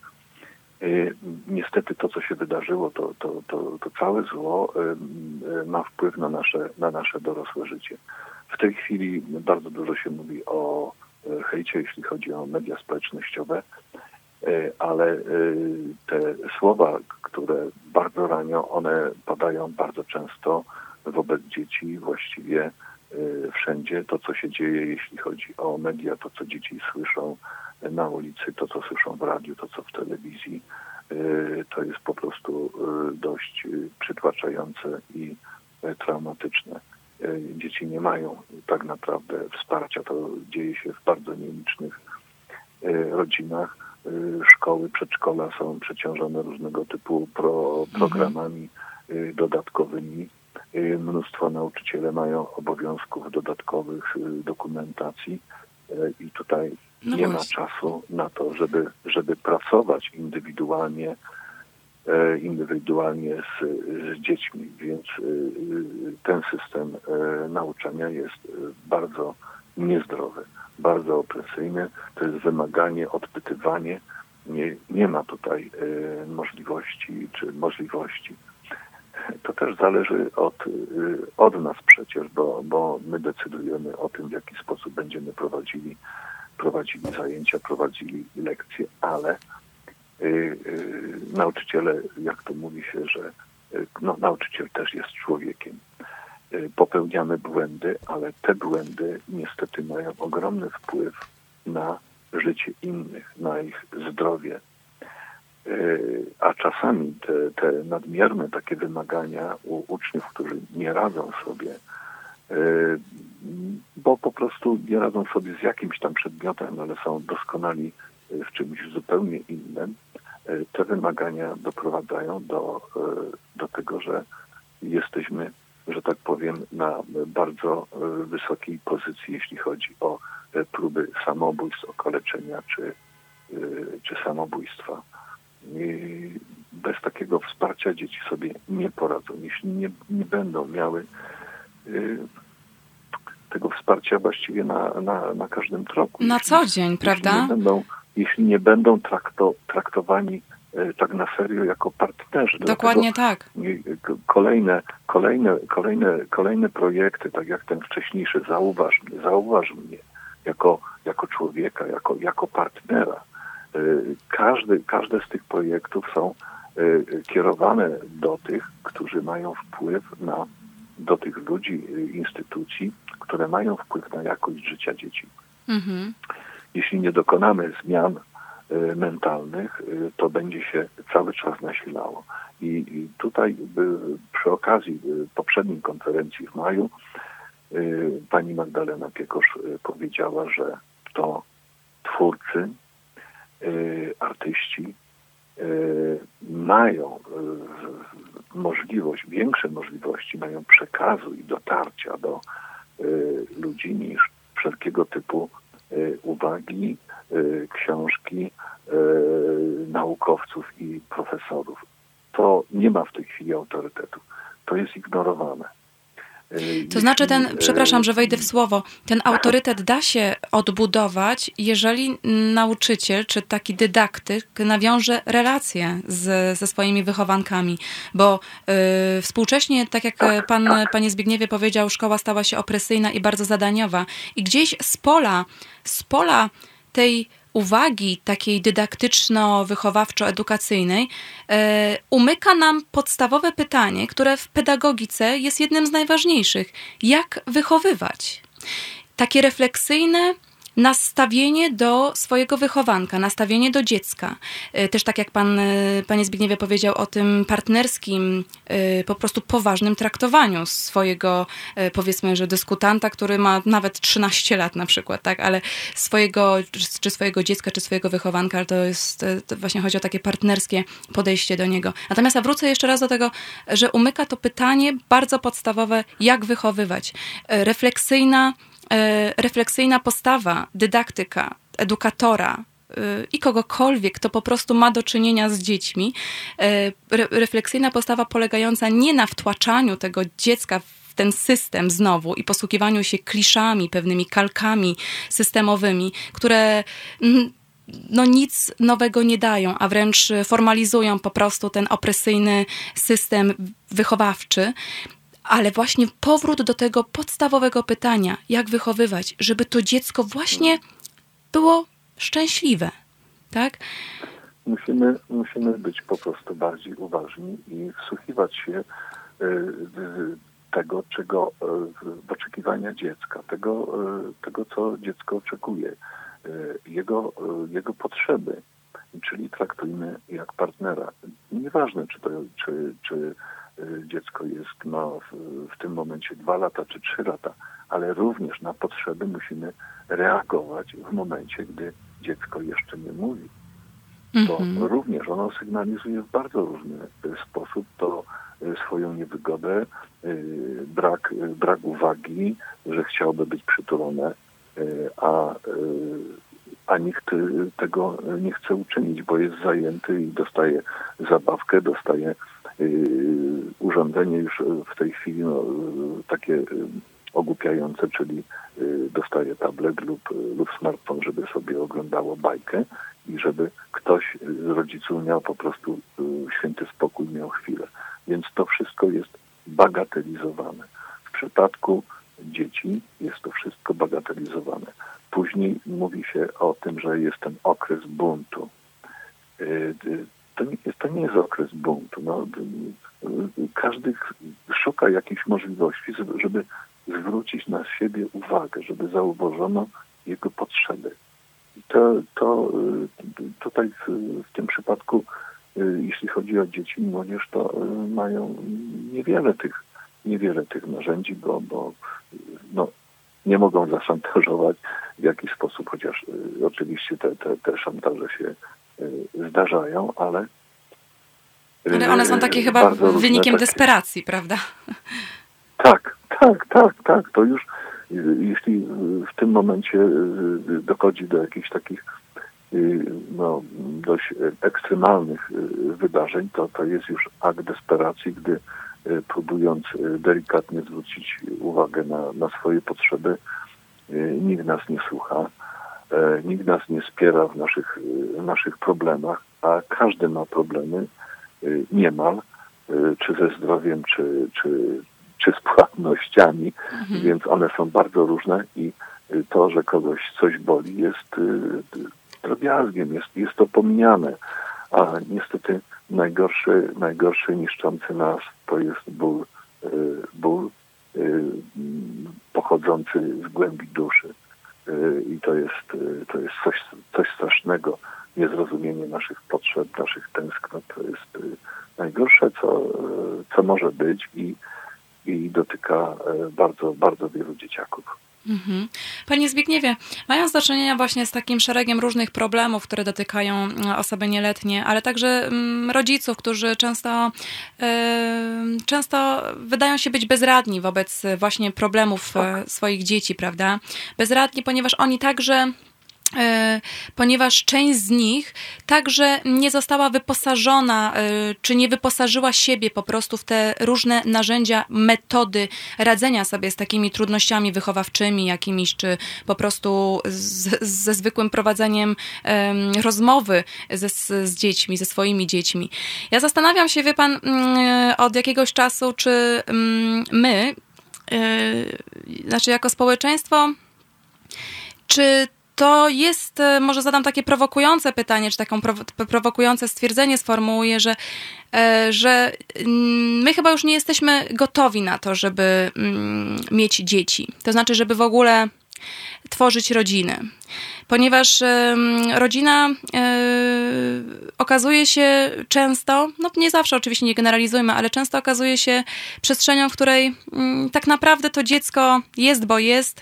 niestety to, co się wydarzyło, to, to, to, to całe zło ma wpływ na nasze, na nasze dorosłe życie. W tej chwili bardzo dużo się mówi o hejcie, jeśli chodzi o media społecznościowe, ale te słowa, które bardzo ranią, one padają bardzo często wobec dzieci, właściwie wszędzie. To, co się dzieje, jeśli chodzi o media, to, co dzieci słyszą na ulicy, to, co słyszą w radiu, to, co w telewizji, to jest po prostu dość przytłaczające i traumatyczne. Dzieci nie mają tak naprawdę wsparcia. To dzieje się w bardzo nielicznych rodzinach. Szkoły, przedszkola są przeciążone różnego typu pro, programami mhm. dodatkowymi. Mnóstwo nauczyciele mają obowiązków dodatkowych, dokumentacji i tutaj no nie właśnie. ma czasu na to, żeby, żeby pracować indywidualnie indywidualnie z, z dziećmi, więc ten system nauczania jest bardzo niezdrowy, bardzo opresyjny. To jest wymaganie, odpytywanie. Nie, nie ma tutaj możliwości czy możliwości. To też zależy od, od nas przecież, bo, bo my decydujemy o tym, w jaki sposób będziemy prowadzili, prowadzili zajęcia, prowadzili lekcje, ale Yy, yy, nauczyciele, jak to mówi się, że yy, no, nauczyciel też jest człowiekiem. Yy, popełniamy błędy, ale te błędy niestety mają ogromny wpływ na życie innych, na ich zdrowie. Yy, a czasami te, te nadmierne takie wymagania u uczniów, którzy nie radzą sobie, yy, bo po prostu nie radzą sobie z jakimś tam przedmiotem, ale są doskonali w czymś zupełnie innym, te wymagania doprowadzają do, do tego, że jesteśmy, że tak powiem, na bardzo wysokiej pozycji, jeśli chodzi o próby samobójstw, okaleczenia czy, czy samobójstwa. I bez takiego wsparcia dzieci sobie nie poradzą. Jeśli nie, nie będą miały tego wsparcia właściwie na, na, na każdym kroku. Na jeśli, co dzień, prawda? Jeśli nie będą, jeśli nie będą trakto, traktowani tak na serio jako partnerzy. Dokładnie tak. Kolejne, kolejne, kolejne, kolejne projekty, tak jak ten wcześniejszy, zauważ mnie, zauważ mnie jako, jako człowieka, jako, jako partnera. Każdy, każde z tych projektów są kierowane do tych, którzy mają wpływ na, do tych ludzi, instytucji, które mają wpływ na jakość życia dzieci. Mhm. Jeśli nie dokonamy zmian mentalnych, to będzie się cały czas nasilało. I, i tutaj przy okazji poprzedniej konferencji w maju pani Magdalena Piekosz powiedziała, że to twórcy, artyści mają możliwość, większe możliwości mają przekazu i dotarcia do ludzi niż wszelkiego typu uwagi, książki naukowców i profesorów. To nie ma w tej chwili autorytetu. To jest ignorowane. To znaczy ten, przepraszam, że wejdę w słowo, ten autorytet da się odbudować, jeżeli nauczyciel czy taki dydaktyk nawiąże relacje z, ze swoimi wychowankami, bo y, współcześnie, tak jak pan, panie Zbigniewie powiedział, szkoła stała się opresyjna i bardzo zadaniowa i gdzieś z pola, z pola tej uwagi takiej dydaktyczno-wychowawczo-edukacyjnej e, umyka nam podstawowe pytanie, które w pedagogice jest jednym z najważniejszych. Jak wychowywać? Takie refleksyjne nastawienie do swojego wychowanka, nastawienie do dziecka. Też tak jak pan, panie Zbigniewie powiedział o tym partnerskim, po prostu poważnym traktowaniu swojego, powiedzmy, że dyskutanta, który ma nawet trzynaście lat na przykład, tak, ale swojego, czy swojego dziecka, czy swojego wychowanka, to jest, to właśnie chodzi o takie partnerskie podejście do niego. Natomiast ja wrócę jeszcze raz do tego, że umyka to pytanie bardzo podstawowe, jak wychowywać. Refleksyjna refleksyjna postawa, dydaktyka, edukatora i kogokolwiek, kto po prostu ma do czynienia z dziećmi. Re- refleksyjna postawa polegająca nie na wtłaczaniu tego dziecka w ten system znowu i posługiwaniu się kliszami, pewnymi kalkami systemowymi, które no nic nowego nie dają, a wręcz formalizują po prostu ten opresyjny system wychowawczy. Ale właśnie powrót do tego podstawowego pytania, jak wychowywać, żeby to dziecko właśnie było szczęśliwe, tak? Musimy, musimy być po prostu bardziej uważni i wsłuchiwać się w tego, czego, w oczekiwania dziecka, tego, tego, co dziecko oczekuje, jego, jego potrzeby, czyli traktujmy jak partnera. Nieważne, czy to, czy, czy dziecko jest no, w, w tym momencie dwa lata czy trzy lata, ale również na potrzeby musimy reagować w momencie, gdy dziecko jeszcze nie mówi. To mm-hmm. również ono sygnalizuje w bardzo różny sposób to swoją niewygodę, brak, brak uwagi, że chciałoby być przytulone, a, a nikt tego nie chce uczynić, bo jest zajęty i dostaje zabawkę, dostaje urządzenie już w tej chwili no, takie ogłupiające, czyli dostaje tablet lub, lub smartfon, żeby sobie oglądało bajkę i żeby ktoś z rodziców miał po prostu święty spokój, miał chwilę. Więc to wszystko jest bagatelizowane. W przypadku dzieci jest to wszystko bagatelizowane. Później mówi się o tym, że jest ten okres buntu. To nie jest, to nie jest okres buntu. No, każdy szuka jakichś możliwości, żeby, żeby zwrócić na siebie uwagę, żeby zauważono jego potrzeby. I to, to tutaj w, w tym przypadku, jeśli chodzi o dzieci i młodzież, to mają niewiele tych, niewiele tych narzędzi, bo, bo no, nie mogą zaszantażować w jakiś sposób, chociaż oczywiście te, te, te szantaże się zdarzają, ale ale one są takie chyba wynikiem takie... desperacji, prawda? Tak, tak, tak, tak. To już jeśli w tym momencie dochodzi do jakichś takich no, dość ekstremalnych wydarzeń, to to jest już akt desperacji, gdy próbując delikatnie zwrócić uwagę na, na swoje potrzeby, nikt nas nie słucha, nikt nas nie wspiera w naszych, w naszych problemach, a każdy ma problemy, niemal, czy ze zdrowiem, czy, czy, czy z płatnościami, mhm. więc one są bardzo różne i to, że kogoś coś boli, jest drobiazgiem, jest, jest to pomijane, a niestety najgorszy, najgorszy niszczący nas to jest ból, ból pochodzący z głębi duszy. I to jest, to jest coś, coś strasznego. Niezrozumienie naszych potrzeb, naszych tęsknot to jest najgorsze, co, co może być i, i dotyka bardzo, bardzo wielu dzieciaków. Mhm. Panie Zbigniewie, mając do czynienia właśnie z takim szeregiem różnych problemów, które dotykają osoby nieletnie, ale także rodziców, którzy często, często wydają się być bezradni wobec właśnie problemów tak. swoich dzieci, prawda? Bezradni, ponieważ oni także ponieważ część z nich także nie została wyposażona, czy nie wyposażyła siebie po prostu w te różne narzędzia, metody radzenia sobie z takimi trudnościami wychowawczymi jakimiś, czy po prostu z, ze zwykłym prowadzeniem um, rozmowy ze, z dziećmi, ze swoimi dziećmi. Ja zastanawiam się, wie pan, um, od jakiegoś czasu, czy um, my, yy, znaczy jako społeczeństwo, czy to jest, może zadam takie prowokujące pytanie, czy taką prowokujące stwierdzenie sformułuję, że, że my chyba już nie jesteśmy gotowi na to, żeby mieć dzieci. To znaczy, żeby w ogóle tworzyć rodziny. Ponieważ rodzina okazuje się często, no nie zawsze oczywiście, nie generalizujmy, ale często okazuje się przestrzenią, w której tak naprawdę to dziecko jest, bo jest.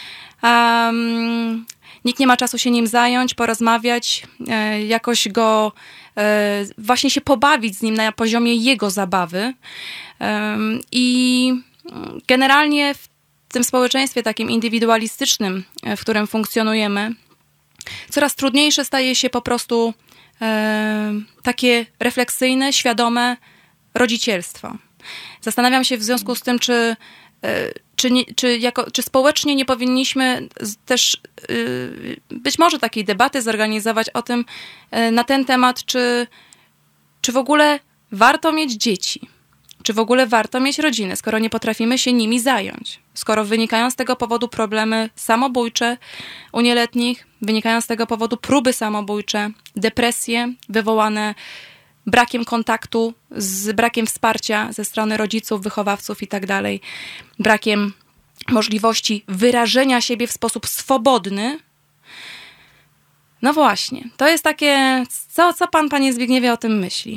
Um, Nikt nie ma czasu się nim zająć, porozmawiać, jakoś go, właśnie się pobawić z nim na poziomie jego zabawy. I generalnie w tym społeczeństwie takim indywidualistycznym, w którym funkcjonujemy, coraz trudniejsze staje się po prostu takie refleksyjne, świadome rodzicielstwo. Zastanawiam się w związku z tym, czy Czy, nie, czy, jako, czy społecznie nie powinniśmy też yy, być może takiej debaty zorganizować o tym, yy, na ten temat, czy, czy w ogóle warto mieć dzieci? Czy w ogóle warto mieć rodziny, skoro nie potrafimy się nimi zająć? Skoro wynikają z tego powodu problemy samobójcze u nieletnich, wynikają z tego powodu próby samobójcze, depresje wywołane brakiem kontaktu, z brakiem wsparcia ze strony rodziców, wychowawców i tak dalej, brakiem możliwości wyrażenia siebie w sposób swobodny. No właśnie, to jest takie, co, co pan, panie Zbigniewie, o tym myśli?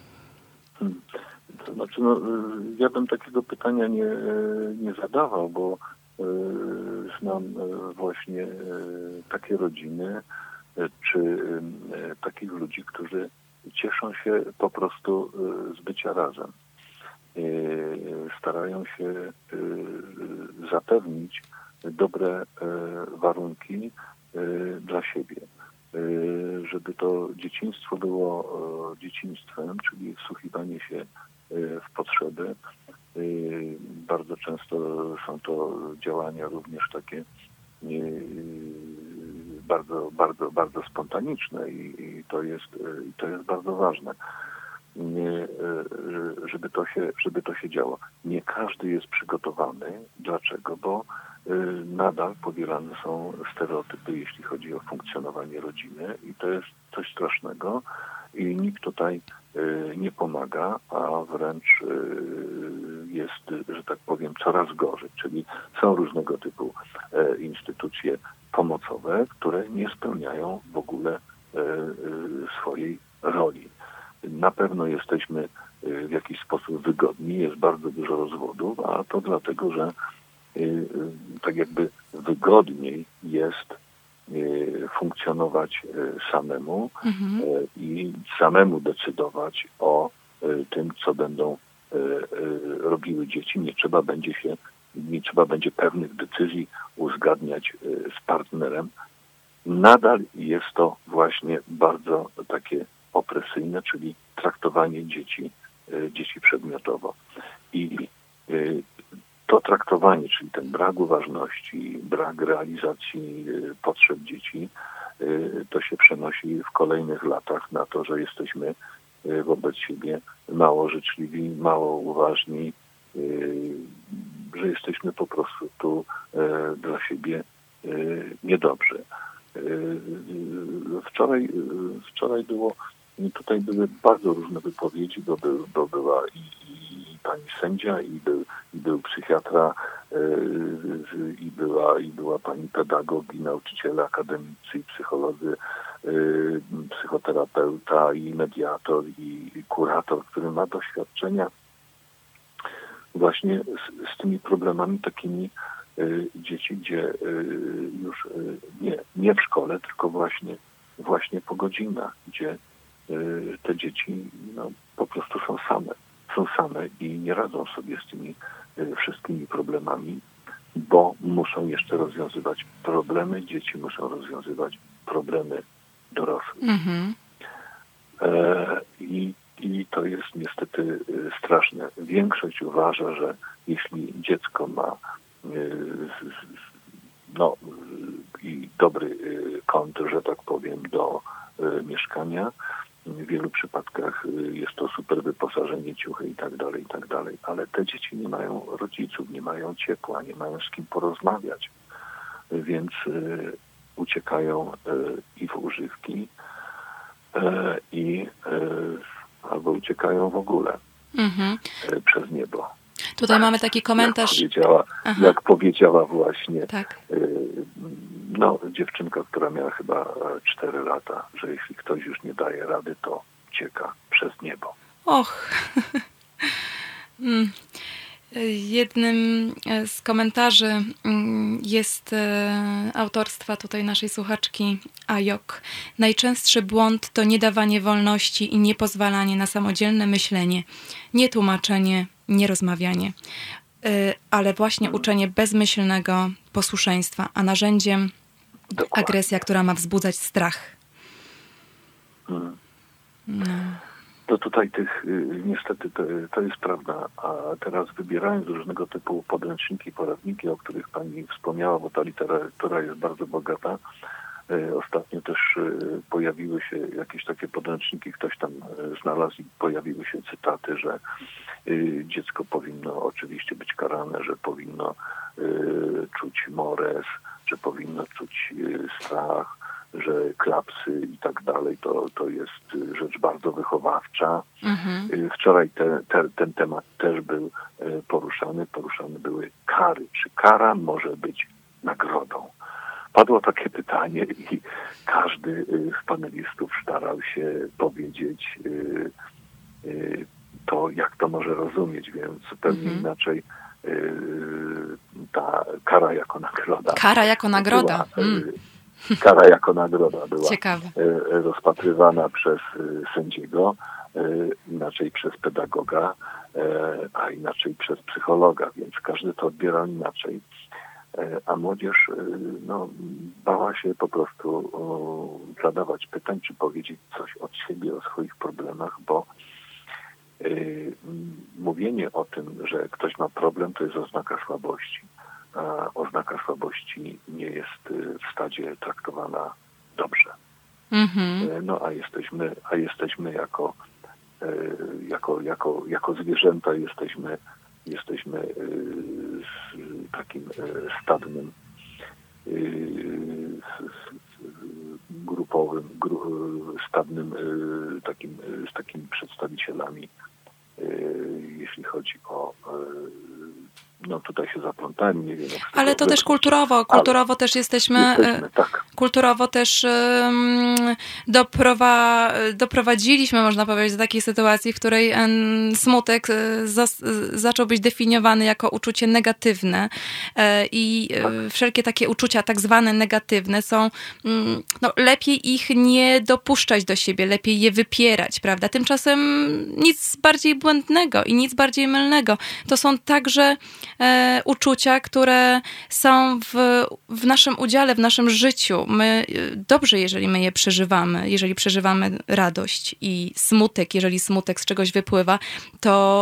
To znaczy, no, ja bym takiego pytania nie, nie zadawał, bo y, znam właśnie takie rodziny, czy y, takich ludzi, którzy cieszą się po prostu z bycia razem. Starają się zapewnić dobre warunki dla siebie. Żeby to dzieciństwo było dzieciństwem, czyli wsłuchiwanie się w potrzeby. Bardzo często są to działania również takie bardzo, bardzo, bardzo spontaniczne i, i to jest, i to jest bardzo ważne, nie, żeby to się, żeby to się działo. Nie każdy jest przygotowany. Dlaczego? Bo nadal powielane są stereotypy, jeśli chodzi o funkcjonowanie rodziny i to jest coś strasznego i nikt tutaj nie pomaga, a wręcz jest, że tak powiem, coraz gorzej. Czyli są różnego typu instytucje pomocowe, które nie spełniają w ogóle swojej roli. Na pewno jesteśmy w jakiś sposób wygodni, jest bardzo dużo rozwodów, a to dlatego, że tak jakby wygodniej jest funkcjonować samemu mhm. i samemu decydować o tym, co będą robiły dzieci. Nie trzeba będzie się, nie trzeba będzie pewnych decyzji uzgadniać z partnerem. Nadal jest to właśnie bardzo takie opresyjne, czyli traktowanie dzieci, dzieci przedmiotowo. I zachowanie, czyli ten brak uważności, brak realizacji potrzeb dzieci, to się przenosi w kolejnych latach na to, że jesteśmy wobec siebie mało życzliwi, mało uważni, że jesteśmy po prostu tu dla siebie niedobrzy. Wczoraj, wczoraj było, tutaj były bardzo różne wypowiedzi, bo, był, bo była i, i pani sędzia, i był, i był psychiatra, i była, i była pani pedagog, i nauczyciele akademicy, i psycholodzy, psychoterapeuta, i mediator, i kurator, który ma doświadczenia właśnie z, z tymi problemami takimi dzieci, gdzie już nie, nie w szkole, tylko właśnie, właśnie po godzinach, gdzie te dzieci no, po prostu są same. Są same i nie radzą sobie z tymi wszystkimi problemami, bo muszą jeszcze rozwiązywać problemy dzieci, muszą rozwiązywać problemy dorosłych. Mm-hmm. E, i, I to jest niestety straszne. Większość uważa, że jeśli dziecko ma no i dobry kąt, że tak powiem, do mieszkania, w wielu przypadkach jest to super wyposażenie, ciuchy i tak dalej, i tak dalej, ale te dzieci nie mają rodziców, nie mają ciepła, nie mają z kim porozmawiać, więc uciekają i w używki, i albo uciekają w ogóle mhm. przez niebo. Tutaj mamy taki komentarz. Jak powiedziała, jak powiedziała właśnie tak. no, dziewczynka, która miała chyba cztery lata, że jeśli ktoś już nie daje rady, to ucieka przez niebo. Och. Jednym z komentarzy jest autorstwa tutaj naszej słuchaczki Ajok. Najczęstszy błąd to niedawanie wolności i niepozwalanie na samodzielne myślenie, nie tłumaczenie, nie rozmawianie, ale właśnie hmm. uczenie bezmyślnego posłuszeństwa, a narzędziem Dokładnie. agresja, która ma wzbudzać strach. Hmm. No. To tutaj tych, niestety to, to jest prawda, a teraz wybierając różnego typu podręczniki, poradniki, o których pani wspomniała, bo ta literatura jest bardzo bogata, ostatnio też pojawiły się jakieś takie podręczniki, ktoś tam znalazł i pojawiły się cytaty, że dziecko powinno oczywiście być karane, że powinno czuć mores, że powinno czuć strach, że klapsy i tak dalej, to, to jest rzecz bardzo wychowawcza. Mhm. Wczoraj te, te, ten temat też był poruszany. Poruszane były kary. Czy kara może być nagrodą? Padło takie pytanie i każdy z panelistów starał się powiedzieć to, jak to może rozumieć, więc zupełnie mhm. inaczej ta kara jako nagroda. Kara jako nagroda. Była, mm. Kara jako nagroda była Ciekawe. rozpatrywana przez sędziego, inaczej przez pedagoga, a inaczej przez psychologa, więc każdy to odbierał inaczej. A młodzież no, bała się po prostu zadawać pytań, czy powiedzieć coś od siebie o swoich problemach, bo mówienie o tym, że ktoś ma problem, to jest oznaka słabości. A oznaka słabości nie jest w stadzie traktowana dobrze. Mm-hmm. No a jesteśmy, a jesteśmy jako, jako, jako, jako zwierzęta, jesteśmy, jesteśmy takim stadnym, grupowym, stadnym takim, z takimi przedstawicielami, jeśli chodzi o no tutaj się zaplątałem, nie wiem. Jak Ale to też kulturowo, kulturowo Ale też jesteśmy, jesteśmy tak. kulturowo też um, doprowa, doprowadziliśmy, można powiedzieć, do takiej sytuacji, w której um, smutek zas, zaczął być definiowany jako uczucie negatywne e, i tak. wszelkie takie uczucia tak zwane negatywne są, um, no lepiej ich nie dopuszczać do siebie, lepiej je wypierać, prawda? Tymczasem nic bardziej błędnego i nic bardziej mylnego. To są także E, uczucia, które są w, w naszym udziale, w naszym życiu. My, dobrze, jeżeli my je przeżywamy, jeżeli przeżywamy radość i smutek, jeżeli smutek z czegoś wypływa, to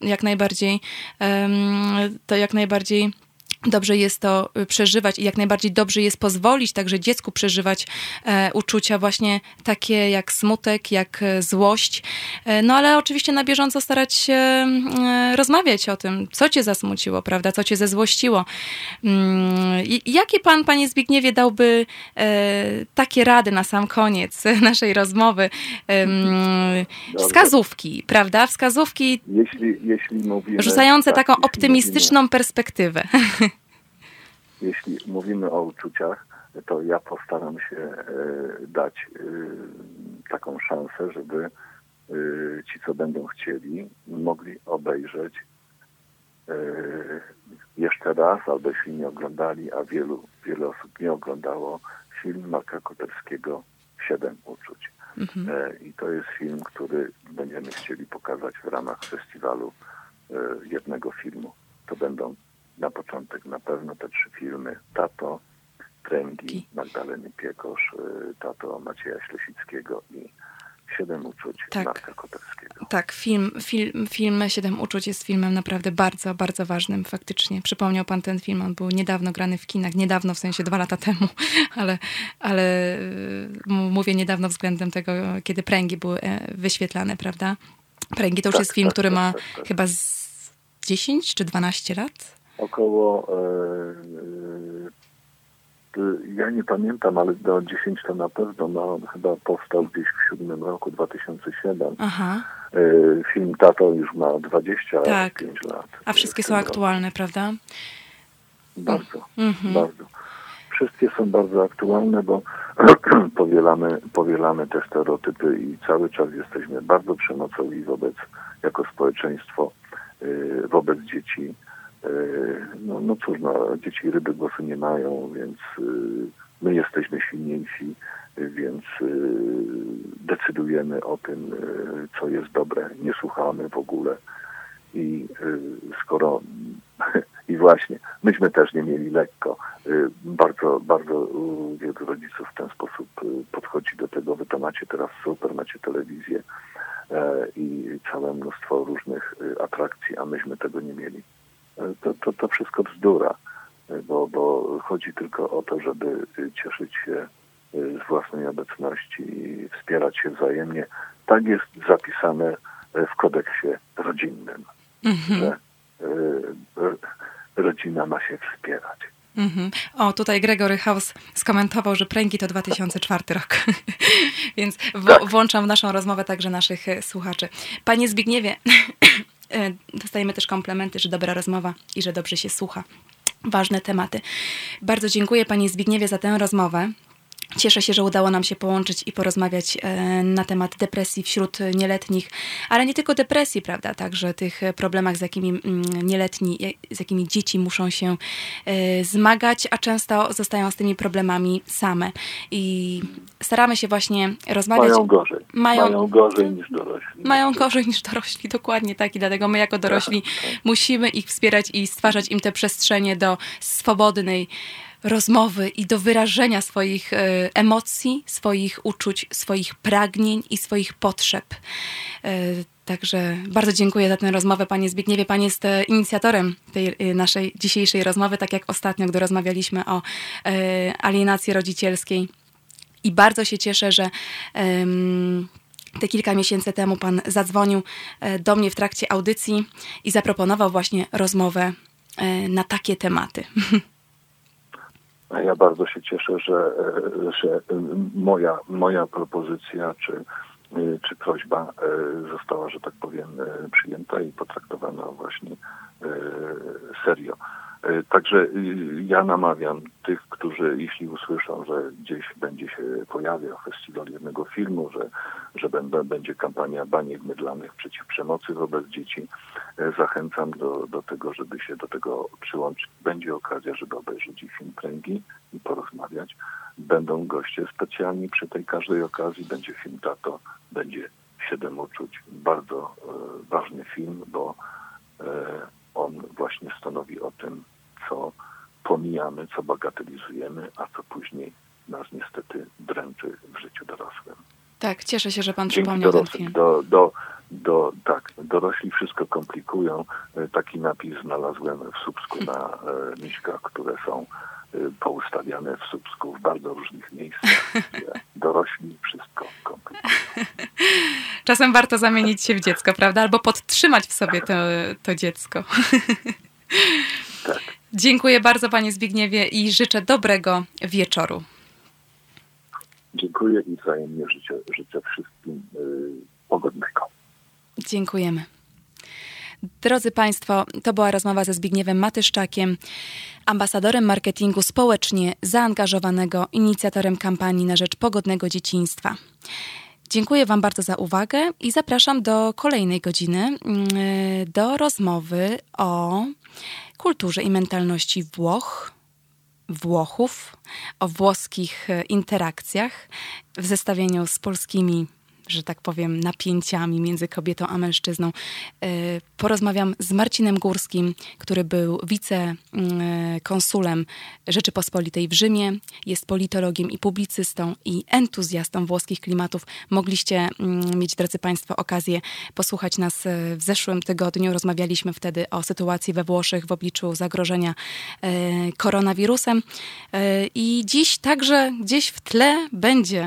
jak najbardziej, to jak najbardziej dobrze jest to przeżywać i jak najbardziej dobrze jest pozwolić także dziecku przeżywać e, uczucia właśnie takie jak smutek, jak e, złość. E, no ale oczywiście na bieżąco starać się e, rozmawiać o tym, co cię zasmuciło, prawda, co cię zezłościło. Mm, i, jakie pan, panie Zbigniewie, dałby e, takie rady na sam koniec naszej rozmowy? E, wskazówki, prawda? Wskazówki jeśli, jeśli mówimy, rzucające tak, taką jeśli optymistyczną mówimy, perspektywę. Jeśli mówimy o uczuciach, to ja postaram się e, dać e, taką szansę, żeby e, ci, co będą chcieli, mogli obejrzeć e, jeszcze raz, albo jeśli nie oglądali, a wielu, wiele osób nie oglądało, film Marka Koterskiego Siedem uczuć. Mhm. E, I to jest film, który będziemy chcieli pokazać w ramach festiwalu e, jednego filmu. To będą na początek na pewno te trzy filmy: Tato, Pręgi Magdaleny Piekosz, Tato Macieja Ślesickiego i Siedem uczuć tak. Marka Koterskiego. Tak, film, film, film Siedem uczuć jest filmem naprawdę bardzo, bardzo ważnym faktycznie. Przypomniał pan ten film, on był niedawno grany w kinach, niedawno w sensie dwa lata temu, ale, ale mówię niedawno względem tego, kiedy Pręgi były wyświetlane, prawda? Pręgi to już tak, jest film, tak, który tak, ma tak, tak. chyba z dziesięć czy dwanaście lat? Około, e, e, ja nie pamiętam, ale do dziesięć to na pewno, no, chyba powstał gdzieś w siódmym roku, dwa tysiące siódmym. Aha. E, film Tato już ma dwadzieścia pięć tak. lat. A wszystkie są aktualne, roku. Prawda? Bardzo, mhm. bardzo. Wszystkie są bardzo aktualne, bo powielamy, powielamy te stereotypy i cały czas jesteśmy bardzo przemocowi wobec, jako społeczeństwo, e, wobec dzieci. No, no cóż, no, dzieci ryby głosu nie mają, więc y, my jesteśmy silniejsi, y, więc y, decydujemy o tym, y, co jest dobre. Nie słuchamy w ogóle. I y, skoro i właśnie, myśmy też nie mieli lekko. Y, bardzo, bardzo y, wielu rodziców w ten sposób y, podchodzi do tego. Wy to macie teraz super, macie telewizję y, i całe mnóstwo różnych y, atrakcji, a myśmy tego nie mieli. To, to, to wszystko bzdura, bo, bo chodzi tylko o to, żeby cieszyć się z własnej obecności i wspierać się wzajemnie. Tak jest zapisane w kodeksie rodzinnym, mm-hmm. że y, rodzina ma się wspierać. Mm-hmm. O, tutaj Gregory House skomentował, że Pręgi to dwa tysiące czwarty rok. Więc w- tak. włączam w naszą rozmowę także naszych słuchaczy. Panie Zbigniewie, dostajemy też komplementy, że dobra rozmowa i że dobrze się słucha. Ważne tematy. Bardzo dziękuję panie Zbigniewie za tę rozmowę. Cieszę się, że udało nam się połączyć i porozmawiać na temat depresji wśród nieletnich, ale nie tylko depresji, prawda, także tych problemach, z jakimi nieletni, z jakimi dzieci muszą się zmagać, a często zostają z tymi problemami same. I staramy się właśnie rozmawiać. Mają gorzej. Mają, mają gorzej niż dorośli. Mają gorzej niż dorośli, dokładnie tak. I dlatego my jako dorośli tak, tak. musimy ich wspierać i stwarzać im te przestrzenie do swobodnej rozmowy i do wyrażenia swoich e, emocji, swoich uczuć, swoich pragnień i swoich potrzeb. E, także bardzo dziękuję za tę rozmowę, panie Zbigniewie. Pan jest e, inicjatorem tej e, naszej dzisiejszej rozmowy, tak jak ostatnio, gdy rozmawialiśmy o e, alienacji rodzicielskiej. I bardzo się cieszę, że e, te kilka miesięcy temu pan zadzwonił e, do mnie w trakcie audycji i zaproponował właśnie rozmowę e, na takie tematy. Ja bardzo się cieszę, że, że moja, moja propozycja czy, czy prośba została, że tak powiem, przyjęta i potraktowana właśnie serio. Także ja namawiam tych, którzy jeśli usłyszą, że gdzieś będzie się pojawiał festiwal jednego filmu, że, że będą, będzie kampania baniek mydlanych przeciw przemocy wobec dzieci, zachęcam do, do tego, żeby się do tego przyłączyć. Będzie okazja, żeby obejrzeć film Pręgi i porozmawiać. Będą goście specjalni przy tej każdej okazji. Będzie film Tato, będzie Siedem uczuć. Bardzo e, ważny film, bo e, on właśnie stanowi o tym, co pomijamy, co bagatelizujemy, a co później nas niestety dręczy w życiu dorosłym. Tak, cieszę się, że pan Dzięki przypomniał dorosłym, ten film. Do, do, do, tak, dorośli wszystko komplikują. Taki napis znalazłem w Słupsku na miśkach, które są poustawiane w Słupsku w bardzo różnych miejscach, gdzie dorośli wszystko komplikują. Czasem warto zamienić się w dziecko, prawda? Albo podtrzymać w sobie to, to dziecko. Tak. Dziękuję bardzo, panie Zbigniewie, i życzę dobrego wieczoru. Dziękuję i wzajemnie życzę, życzę wszystkim yy, pogodnego. Dziękujemy. Drodzy Państwo, to była rozmowa ze Zbigniewem Matyszczakiem, ambasadorem marketingu społecznie zaangażowanego, inicjatorem kampanii na rzecz pogodnego dzieciństwa. Dziękuję Wam bardzo za uwagę i zapraszam do kolejnej godziny, do rozmowy o kulturze i mentalności Włoch, Włochów, o włoskich interakcjach w zestawieniu z polskimi, że tak powiem, napięciami między kobietą a mężczyzną. Porozmawiam z Marcinem Górskim, który był wicekonsulem Rzeczypospolitej w Rzymie, jest politologiem i publicystą i entuzjastą włoskich klimatów. Mogliście mieć, drodzy Państwo, okazję posłuchać nas w zeszłym tygodniu. Rozmawialiśmy wtedy o sytuacji we Włoszech w obliczu zagrożenia koronawirusem. I dziś także gdzieś w tle będzie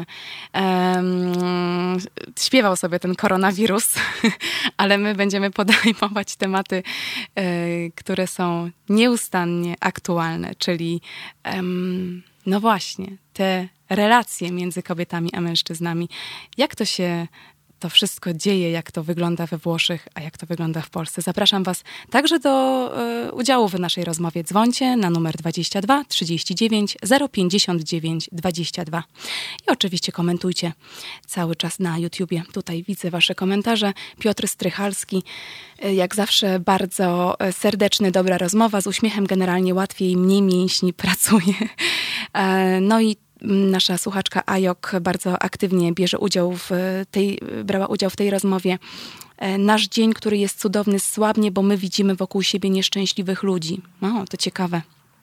um, śpiewał sobie ten koronawirus, ale my będziemy podejmować tematy, y, które są nieustannie aktualne, czyli um, no właśnie, te relacje między kobietami a mężczyznami. Jak to się to wszystko dzieje, jak to wygląda we Włoszech, a jak to wygląda w Polsce. Zapraszam Was także do y, udziału w naszej rozmowie. Dzwońcie na numer dwadzieścia dwa trzydzieści dziewięć zero pięćdziesiąt dziewięć dwadzieścia dwa. I oczywiście komentujcie cały czas na YouTubie. Tutaj widzę Wasze komentarze. Piotr Strychalski, y, jak zawsze bardzo serdeczny, dobra rozmowa. Z uśmiechem generalnie łatwiej, mniej mięśni pracuje. Y, no i nasza słuchaczka Ajok bardzo aktywnie bierze udział w tej, brała udział w tej rozmowie. Nasz dzień, który jest cudowny, słabnie, bo my widzimy wokół siebie nieszczęśliwych ludzi. O, to ciekawe.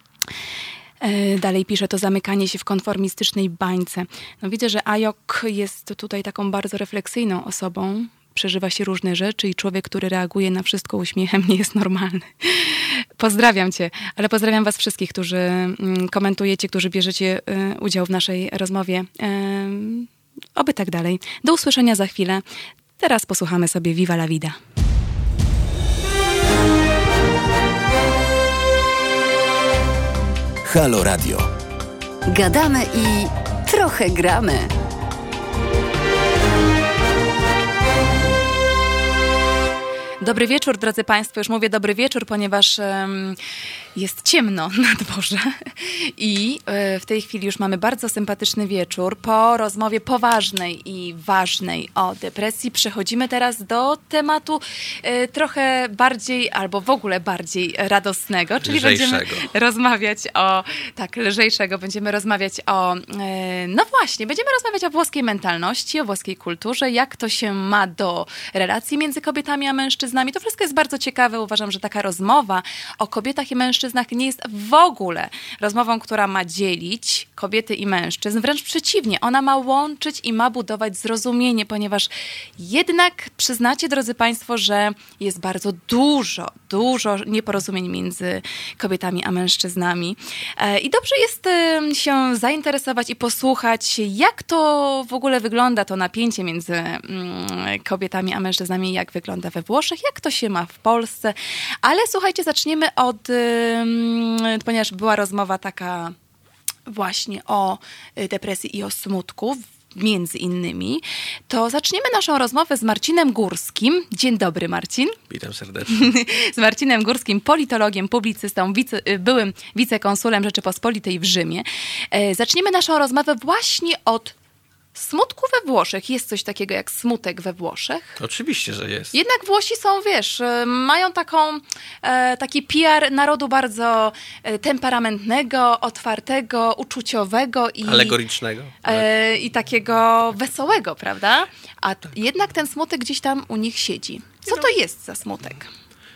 Dalej pisze, to zamykanie się w konformistycznej bańce. No widzę, że Ajok jest tutaj taką bardzo refleksyjną osobą. Przeżywa się różne rzeczy i człowiek, który reaguje na wszystko uśmiechem, nie jest normalny. Pozdrawiam Cię, ale pozdrawiam Was wszystkich, którzy komentujecie, którzy bierzecie udział w naszej rozmowie. Oby tak dalej. Do usłyszenia za chwilę. Teraz posłuchamy sobie Viva la Vida. Halo Radio. Gadamy i trochę gramy. Dobry wieczór, drodzy Państwo. Już mówię dobry wieczór, ponieważ um, jest ciemno na dworze i y, w tej chwili już mamy bardzo sympatyczny wieczór. Po rozmowie poważnej i ważnej o depresji przechodzimy teraz do tematu y, trochę bardziej, albo w ogóle bardziej radosnego, czyli lżejszego. Będziemy rozmawiać o, tak, lżejszego, będziemy rozmawiać o, y, no właśnie, będziemy rozmawiać o włoskiej mentalności, o włoskiej kulturze, jak to się ma do relacji między kobietami a mężczyznami. To wszystko jest bardzo ciekawe. Uważam, że taka rozmowa o kobietach i mężczyznach nie jest w ogóle rozmową, która ma dzielić kobiety i mężczyzn. Wręcz przeciwnie, ona ma łączyć i ma budować zrozumienie, ponieważ jednak przyznacie, drodzy Państwo, że jest bardzo dużo, dużo nieporozumień między kobietami a mężczyznami. I dobrze jest się zainteresować i posłuchać, jak to w ogóle wygląda, to napięcie między kobietami a mężczyznami, jak wygląda we Włoszech, jak to się ma w Polsce. Ale słuchajcie, zaczniemy od, ponieważ była rozmowa taka właśnie o depresji i o smutku, między innymi, to zaczniemy naszą rozmowę z Marcinem Górskim. Dzień dobry, Marcin. Witam serdecznie. Z Marcinem Górskim, politologiem, publicystą, wice, byłym wicekonsulem Rzeczypospolitej w Rzymie. Zaczniemy naszą rozmowę właśnie od smutku we Włoszech. Jest coś takiego jak smutek we Włoszech? Oczywiście, że jest. Jednak Włosi są, wiesz, mają taką, e, taki P R narodu bardzo temperamentnego, otwartego, uczuciowego i alegorycznego. E, I takiego wesołego, prawda? A tak. Jednak ten smutek gdzieś tam u nich siedzi. Co to jest za smutek?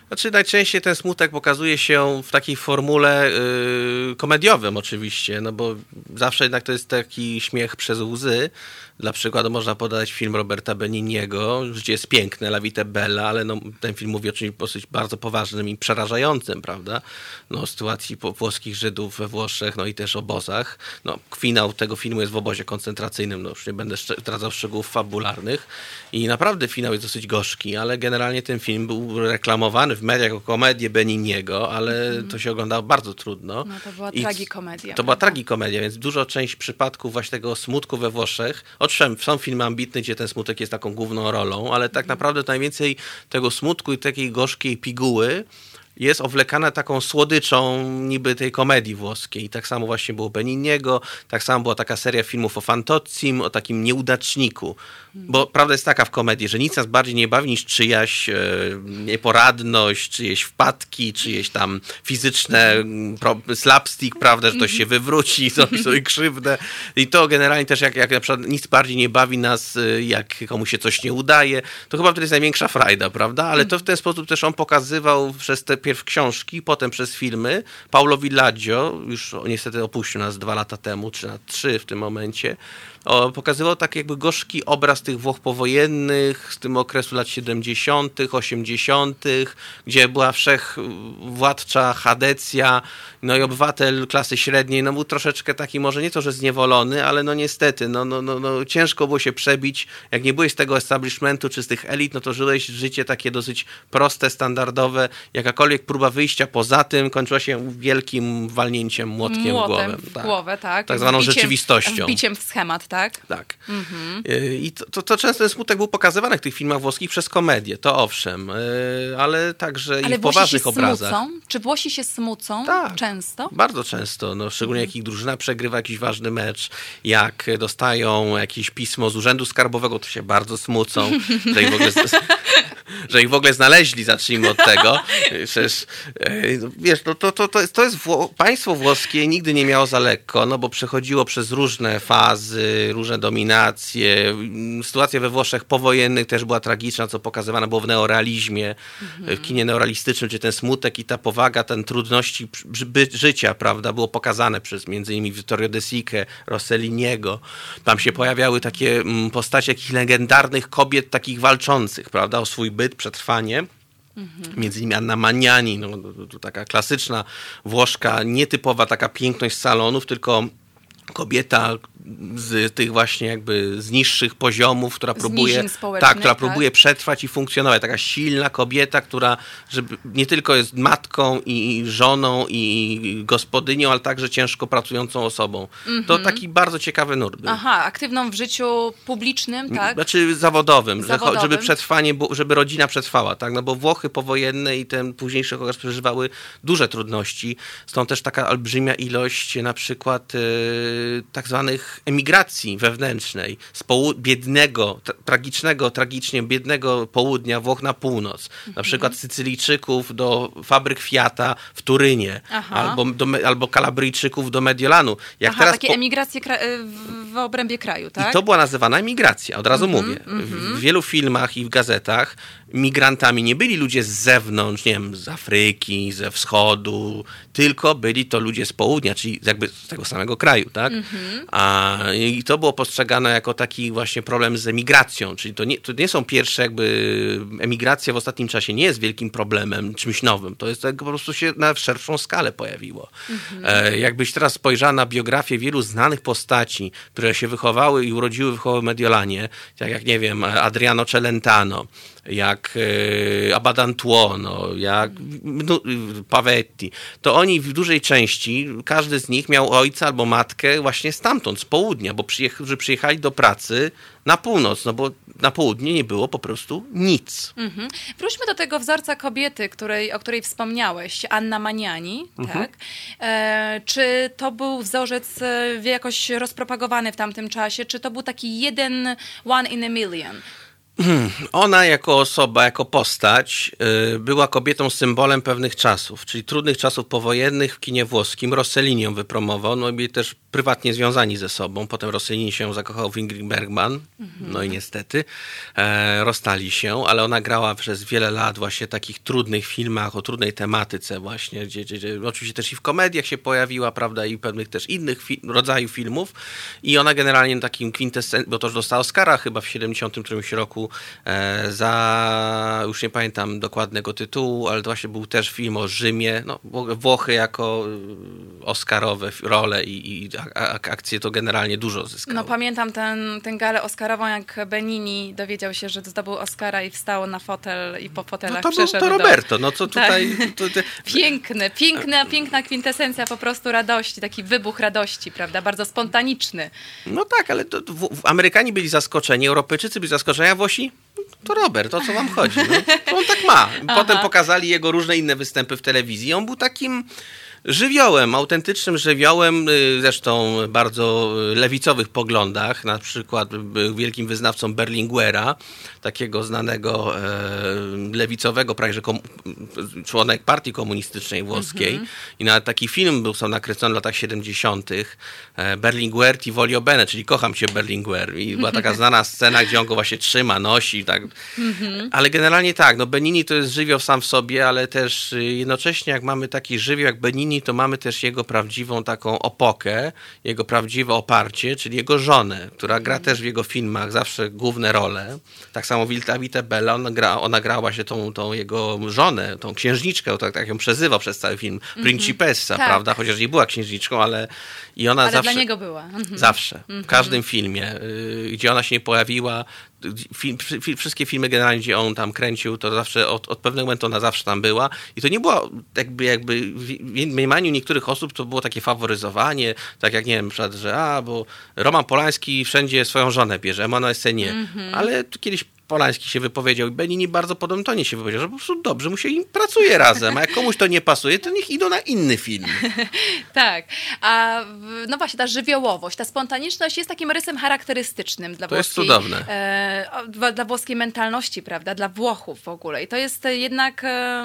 Znaczy najczęściej ten smutek pokazuje się w takiej formule yy, komediowym oczywiście, no bo zawsze jednak to jest taki śmiech przez łzy. Dla przykładu można podać film Roberta Benigniego, Życie jest piękne, La Vita è Bella, ale no, ten film mówi o czymś dosyć bardzo poważnym i przerażającym, prawda? No, o sytuacji włoskich Żydów we Włoszech, no i też obozach. No, finał tego filmu jest w obozie koncentracyjnym, no już nie będę zdradzał szczegółów fabularnych. I naprawdę finał jest dosyć gorzki, ale generalnie ten film był reklamowany w mediach jako komedię Benigniego, ale mm. to się oglądało bardzo trudno. No to była I tragikomedia. To prawda? była tragikomedia, więc dużo część przypadków właśnie tego smutku we Włoszech. Owszem, są filmy ambitne, gdzie ten smutek jest taką główną rolą, ale tak naprawdę najwięcej tego smutku i takiej gorzkiej piguły jest owlekana taką słodyczą niby tej komedii włoskiej. I tak samo właśnie było Benigniego, tak samo była taka seria filmów o Fantozim, o takim nieudaczniku. Bo prawda jest taka w komedii, że nic nas bardziej nie bawi niż czyjaś e, nieporadność, czyjeś wpadki, czyjeś tam fizyczne pro, slapstick, prawda, że ktoś się wywróci, zrobi sobie krzywdę. I to generalnie też jak, jak na przykład nic bardziej nie bawi nas, jak komuś się coś nie udaje, to chyba to jest największa frajda, prawda? Ale to w ten sposób też on pokazywał przez te pierw książki, potem przez filmy. Paulo Villaggio, już niestety opuścił nas dwa lata temu, czy na trzy w tym momencie, o, pokazywał tak jakby gorzki obraz tych Włoch powojennych z tym okresu lat siedemdziesiątych, osiemdziesiątych, gdzie była wszechwładcza chadecja, no i obywatel klasy średniej, no był troszeczkę taki może nie to, że zniewolony, ale no niestety, no, no, no, no ciężko było się przebić. Jak nie byłeś z tego establishmentu czy z tych elit, no to żyłeś życie takie dosyć proste, standardowe. Jakakolwiek próba wyjścia poza tym kończyła się wielkim walnięciem młotkiem Młotem w głowę. w tak. głowę, tak. Tak zwaną Wbiciem, rzeczywistością. Wbiciem w schemat, tak? Tak. Mhm. I to, to, to często ten smutek był pokazywany w tych filmach włoskich przez komedię, to owszem, ale także ale i w poważnych się obrazach. Smucą? Czy Włosi się smucą tak, często? Bardzo często, no, szczególnie jak ich drużyna przegrywa jakiś ważny mecz, jak dostają jakieś pismo z Urzędu Skarbowego, to się bardzo smucą, że ich w ogóle, że ich w ogóle znaleźli, zacznijmy od tego. Przecież, wiesz, no, to, to, to jest, to jest Wło- państwo włoskie nigdy nie miało za lekko, no bo przechodziło przez różne fazy, różne dominacje. Sytuacja we Włoszech powojennych też była tragiczna, co pokazywane było w neorealizmie, mhm. w kinie neorealistycznym, gdzie ten smutek i ta powaga, ten trudności by, życia, prawda, było pokazane przez między innymi Vittorio De Sica, Rosselliniego. Tam się pojawiały takie postacie jakichś legendarnych kobiet, takich walczących, prawda, o swój byt, przetrwanie. Mhm. Między innymi Anna Magnani, no, to, to taka klasyczna Włoszka, nietypowa taka piękność salonów, tylko kobieta z tych właśnie jakby z niższych poziomów, która z próbuje, tak, która tak? próbuje przetrwać i funkcjonować. Taka silna kobieta, która żeby nie tylko jest matką i żoną i gospodynią, ale także ciężko pracującą osobą. Mm-hmm. To taki bardzo ciekawy nurt był. Aha, aktywną w życiu publicznym, tak? Znaczy zawodowym, zawodowym. żeby przetrwanie, żeby rodzina przetrwała, tak? No bo Włochy powojenne i ten późniejszy okres przeżywały duże trudności. Stąd też taka olbrzymia ilość na przykład yy, tak zwanych emigracji wewnętrznej z połu- biednego, tra- tragicznego, tragicznie biednego południa Włoch na północ. Mhm. Na przykład Sycylijczyków do fabryk Fiata w Turynie, albo, do, albo Kalabryjczyków do Mediolanu. Jak Aha, teraz takie po... emigracje kra- w obrębie kraju, tak? I to była nazywana emigracja, od razu mm-hmm, mówię. Mm-hmm. W wielu filmach i w gazetach migrantami nie byli ludzie z zewnątrz, nie wiem, z Afryki, ze wschodu, tylko byli to ludzie z południa, czyli jakby z tego samego kraju, tak? Mm-hmm. A, i to było postrzegane jako taki właśnie problem z emigracją, czyli to nie, to nie są pierwsze jakby, emigracja w ostatnim czasie nie jest wielkim problemem, czymś nowym, to jest tak po prostu się na szerszą skalę pojawiło. Mm-hmm. E, jakbyś teraz spojrzała na biografię wielu znanych postaci, które się wychowały i urodziły w Mediolanie, tak jak, nie wiem, Adriano Celentano, jak e, Abadantuono, jak no, Pavetti, to oni w dużej części, każdy z nich miał ojca albo matkę właśnie stamtąd, z południa, bo przyjech- że przyjechali do pracy na północ, no bo na południe nie było po prostu nic. Mhm. Wróćmy do tego wzorca kobiety, której, o której wspomniałeś, Anna Magnani, mhm. tak? E, czy to był wzorzec jakoś rozpropagowany w tamtym czasie, czy to był taki jeden one in a million? Hmm. Ona jako osoba, jako postać yy, była kobietą symbolem pewnych czasów, czyli trudnych czasów powojennych w kinie włoskim. Rossellini ją wypromował, no i byli też prywatnie związani ze sobą. Potem Rossellini się zakochał w Ingrid Bergman, mhm. no i niestety e, rozstali się, ale ona grała przez wiele lat właśnie w takich trudnych filmach o trudnej tematyce właśnie, gdzie, gdzie, gdzie oczywiście też i w komediach się pojawiła, prawda, i pewnych też innych fi- rodzajów filmów i ona generalnie takim kwintesencją, bo to już dostała Oscara chyba w siedemdziesiątym którymś roku e, za, już nie pamiętam dokładnego tytułu, ale to właśnie był też film o Rzymie, no Włochy jako oscarowe role i, i ak- akcje to generalnie dużo zyskały. No pamiętam ten, ten galę oscarową, jak Benigni dowiedział się, że zdobył Oscara i wstał na fotel i po fotelach no to przeszedł był to Roberto, do... no co tutaj... Tak. To, to... Piękny, piękna, piękna kwintesencja po prostu radości, taki wybuch radości, prawda, bardzo spontaniczny. No tak, ale to, w, w Amerykanie byli zaskoczeni, Europejczycy byli zaskoczeni, a Włosi? To Robert, o co wam chodzi? No, to on tak ma. Potem Aha. pokazali jego różne inne występy w telewizji. On był takim żywiołem, autentycznym żywiołem, zresztą bardzo lewicowych poglądach, na przykład był wielkim wyznawcą Berlinguera, takiego znanego e, lewicowego, prawie kom, członek partii komunistycznej włoskiej. Mm-hmm. I nawet taki film był sam nakręcony w latach siedemdziesiątych. E, Berlinguer ti voglio bene, czyli kocham cię Berlinguer. I była taka znana scena, gdzie on go właśnie trzyma, nosi. Tak. Mm-hmm. Ale generalnie tak, no Benigni to jest żywioł sam w sobie, ale też jednocześnie jak mamy taki żywioł jak Benigni, to mamy też jego prawdziwą taką opokę, jego prawdziwe oparcie, czyli jego żonę, która gra też w jego filmach zawsze główne role. Tak samo Vita Vita Bella, ona, gra, ona grała się tą, tą jego żonę, tą księżniczkę, tak, tak ją przezywał przez cały film, mm-hmm. Principessa, tak. prawda? Chociaż nie była księżniczką, ale i ona ale zawsze... dla niego była. Mm-hmm. Zawsze. Mm-hmm. W każdym filmie, y, gdzie ona się nie pojawiła, Film, wszystkie filmy generalnie, gdzie on tam kręcił, to zawsze od, od pewnego momentu ona zawsze tam była i to nie było jakby, jakby w mniemaniu niektórych osób to było takie faworyzowanie, tak jak nie wiem, przykład, że a, bo Roman Polański wszędzie swoją żonę bierze, Emanuel nie, mm-hmm. ale kiedyś Polański się wypowiedział i Benigni bardzo podobnym tonie się wypowiedział, że po prostu dobrze mu się im pracuje razem, a jak komuś to nie pasuje, to niech idą na inny film. Tak, a no właśnie ta żywiołowość, ta spontaniczność jest takim rysem charakterystycznym dla to włoskiej, jest cudowne. E, dla włoskiej mentalności, prawda, dla Włochów w ogóle i to jest jednak e,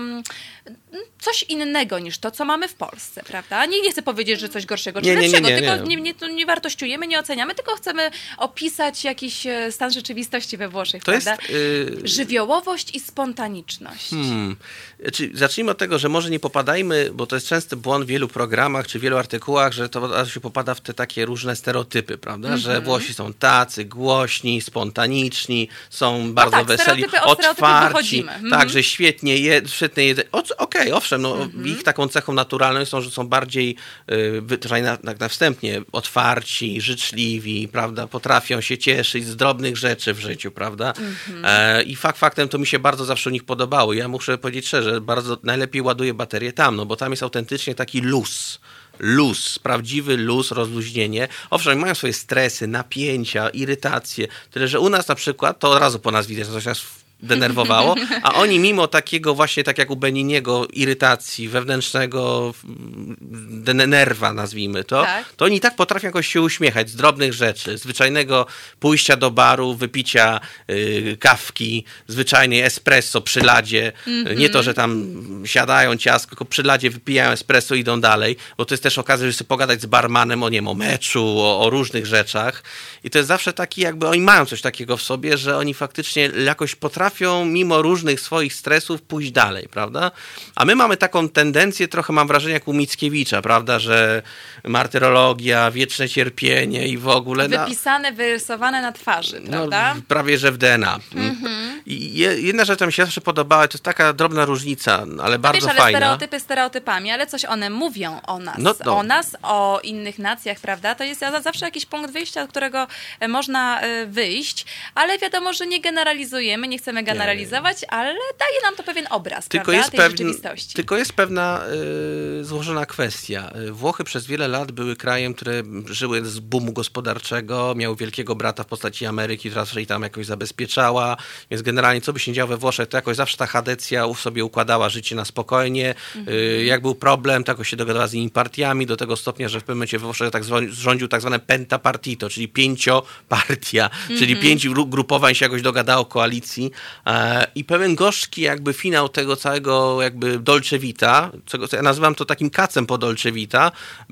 coś innego niż to, co mamy w Polsce, prawda? Nie, nie chcę powiedzieć, że coś gorszego czy nie, lepszego, nie, nie, tylko nie. Nie, nie, nie wartościujemy, nie oceniamy, tylko chcemy opisać jakiś stan rzeczywistości we Włoszech, to prawda? Jest, yy... Żywiołowość i spontaniczność. Hmm. Czyli zacznijmy od tego, że może nie popadajmy, bo to jest częsty błąd w wielu programach czy wielu artykułach, że to się popada w te takie różne stereotypy, prawda? Mm-hmm. Że Włosi są tacy głośni, spontaniczni, są bardzo no tak, weseli, otwarci, mm-hmm. tak, że świetnie, je, świetnie jedzą. Okej, okay, owszem, no, mm-hmm. ich taką cechą naturalną są, że są bardziej yy, na, na, na wstępnie otwarci, życzliwi, prawda? Potrafią się cieszyć z drobnych rzeczy w życiu, prawda? Mm-hmm. E, I fakt faktem to mi się bardzo zawsze u nich podobało. Ja muszę powiedzieć szczerze, bardzo najlepiej ładuję baterię tam, no bo tam jest autentycznie taki luz. Luz, prawdziwy luz, rozluźnienie. Owszem, mają swoje stresy, napięcia, irytacje. Tyle, że u nas na przykład, to od razu po nas widać, że coś nas denerwowało, a oni mimo takiego właśnie, tak jak u Beniniego, irytacji, wewnętrznego nerwa, nazwijmy to, tak. to oni tak potrafią jakoś się uśmiechać z drobnych rzeczy, zwyczajnego pójścia do baru, wypicia y, kawki, zwyczajnej espresso przy ladzie, mm-hmm. nie to, że tam siadają ciastko, tylko przy ladzie wypijają espresso i idą dalej, bo to jest też okazja, żeby sobie pogadać z barmanem o, nie wiem, o meczu, o, o różnych rzeczach i to jest zawsze taki jakby, oni mają coś takiego w sobie, że oni faktycznie jakoś potrafią mimo różnych swoich stresów pójść dalej, prawda? A my mamy taką tendencję, trochę mam wrażenie jak u Mickiewicza, prawda, że martyrologia, wieczne cierpienie i w ogóle... Wypisane, no, wyrysowane na twarzy, prawda? No, prawie, że w D N A. Mm-hmm. I jedna rzecz, która mi się zawsze podobała, to jest taka drobna różnica, ale bardzo wiesz, ale fajna. Stereotypy stereotypami, ale coś one mówią o nas, no, no. o nas, o innych nacjach, prawda? To jest zawsze jakiś punkt wyjścia, od którego można wyjść, ale wiadomo, że nie generalizujemy, nie chcemy chcemy generalizować, nie. ale daje nam to pewien obraz, tylko prawda, jest tej pewien, rzeczywistości. Tylko jest pewna y, złożona kwestia. Włochy przez wiele lat były krajem, które żyły z boomu gospodarczego, miały wielkiego brata w postaci Ameryki, która się tam jakoś zabezpieczała, więc generalnie co by się działo we Włoszech, to jakoś zawsze ta Chadecja sobie układała życie na spokojnie. Mhm. Y, jak był problem, to jakoś się dogadała z innymi partiami, do tego stopnia, że w pewnym momencie we Włoszech tak rządził tak zwane pentapartito, czyli pięciopartia, mhm. czyli pięć grupowań się jakoś dogadało koalicji e, i pewien gorzki jakby finał tego całego jakby Dolce Vita, czego ja nazywam to takim kacem po Dolce Vita,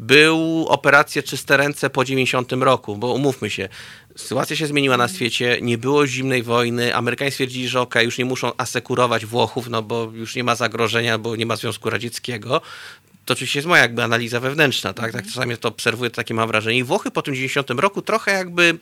był operacja Czyste Ręce po dziewięćdziesiątym roku, bo umówmy się, sytuacja się zmieniła na świecie, nie było zimnej wojny, Amerykanie stwierdzili, że okej, już nie muszą asekurować Włochów, no bo już nie ma zagrożenia, bo nie ma Związku Radzieckiego. To oczywiście jest moja jakby analiza wewnętrzna, tak? Tak czasami to obserwuję, to takie mam wrażenie. I Włochy po tym dziewięćdziesiątym roku trochę jakby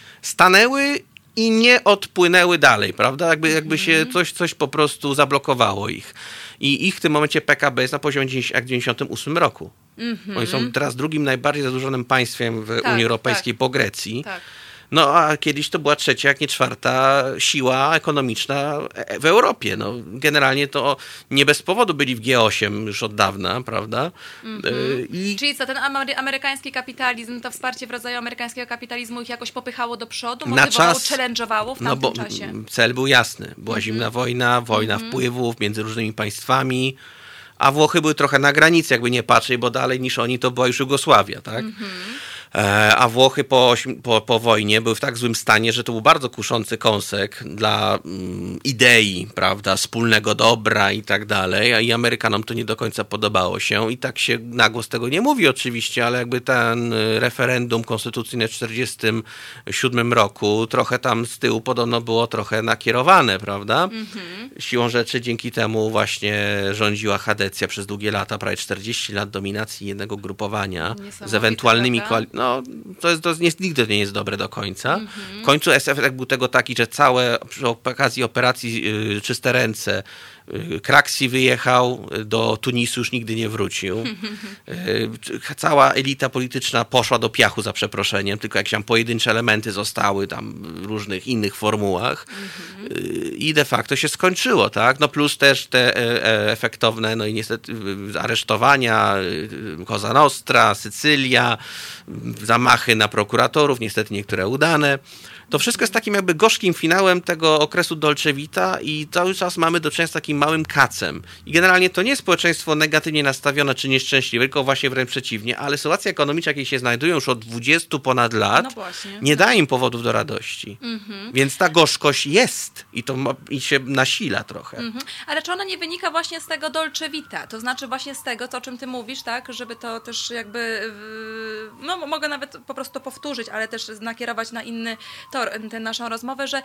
stanęły i nie odpłynęły dalej, prawda? Jakby, jakby się coś, coś po prostu zablokowało ich. I ich w tym momencie P K B jest na poziomie jak w dziewięćdziesiątym ósmym roku. Mm-hmm. Oni są teraz drugim najbardziej zadłużonym państwem w tak, Unii Europejskiej tak. po Grecji. Tak. No a kiedyś to była trzecia, jak nie czwarta siła ekonomiczna w Europie. No, generalnie to nie bez powodu byli w G osiem już od dawna, prawda? Mm-hmm. I... Czyli co, ten amery- amerykański kapitalizm, to wsparcie w rodzaju amerykańskiego kapitalizmu ich jakoś popychało do przodu? Motywowało, challenge'owało w tamtym no bo czasie? Cel był jasny. Była mm-hmm. zimna wojna, wojna mm-hmm. wpływów między różnymi państwami, a Włochy były trochę na granicy, jakby nie patrzeć, bo dalej niż oni to była już Jugosławia, tak? Mm-hmm. A Włochy po, po, po wojnie były w tak złym stanie, że to był bardzo kuszący kąsek dla mm, idei, prawda, wspólnego dobra i tak dalej, a i Amerykanom to nie do końca podobało się i tak się na głos tego nie mówi oczywiście, ale jakby ten referendum konstytucyjne w czterdziestym siódmym roku trochę tam z tyłu podobno było trochę nakierowane, prawda? Mm-hmm. Siłą rzeczy dzięki temu właśnie rządziła Chadecja przez długie lata, prawie czterdzieści lat dominacji jednego grupowania z ewentualnymi koalicjami. No, to, jest, to jest, nigdy nie jest dobre do końca. Mm-hmm. W końcu efekt był tego taki, że całe przy okazji operacji yy, Czyste Ręce yy, Craxi wyjechał do Tunisu, już nigdy nie wrócił. Yy, cała elita polityczna poszła do piachu za przeproszeniem, tylko jakieś tam pojedyncze elementy zostały tam w różnych innych formułach. Mm-hmm. Yy, I de facto się skończyło, tak? No plus też te e, efektowne, no i niestety aresztowania, yy, Cosa Nostra, Sycylia, zamachy na prokuratorów, niestety niektóre udane. To wszystko jest takim jakby gorzkim finałem tego okresu Dolce Vita i cały czas mamy do czynienia z takim małym kacem. I generalnie to nie jest społeczeństwo negatywnie nastawione czy nieszczęśliwe, tylko właśnie wręcz przeciwnie, ale sytuacja ekonomiczna, jakiej się znajdują już od dwudziestu ponad lat, no nie daje im powodów do radości. Mm-hmm. Więc ta gorzkość jest i to ma, i się nasila trochę. Mm-hmm. Ale czy ona nie wynika właśnie z tego Dolce Vita? To znaczy właśnie z tego, to, o czym ty mówisz, tak? Żeby to też jakby, no mogę nawet po prostu powtórzyć, ale też nakierować na inny tor tę naszą rozmowę, że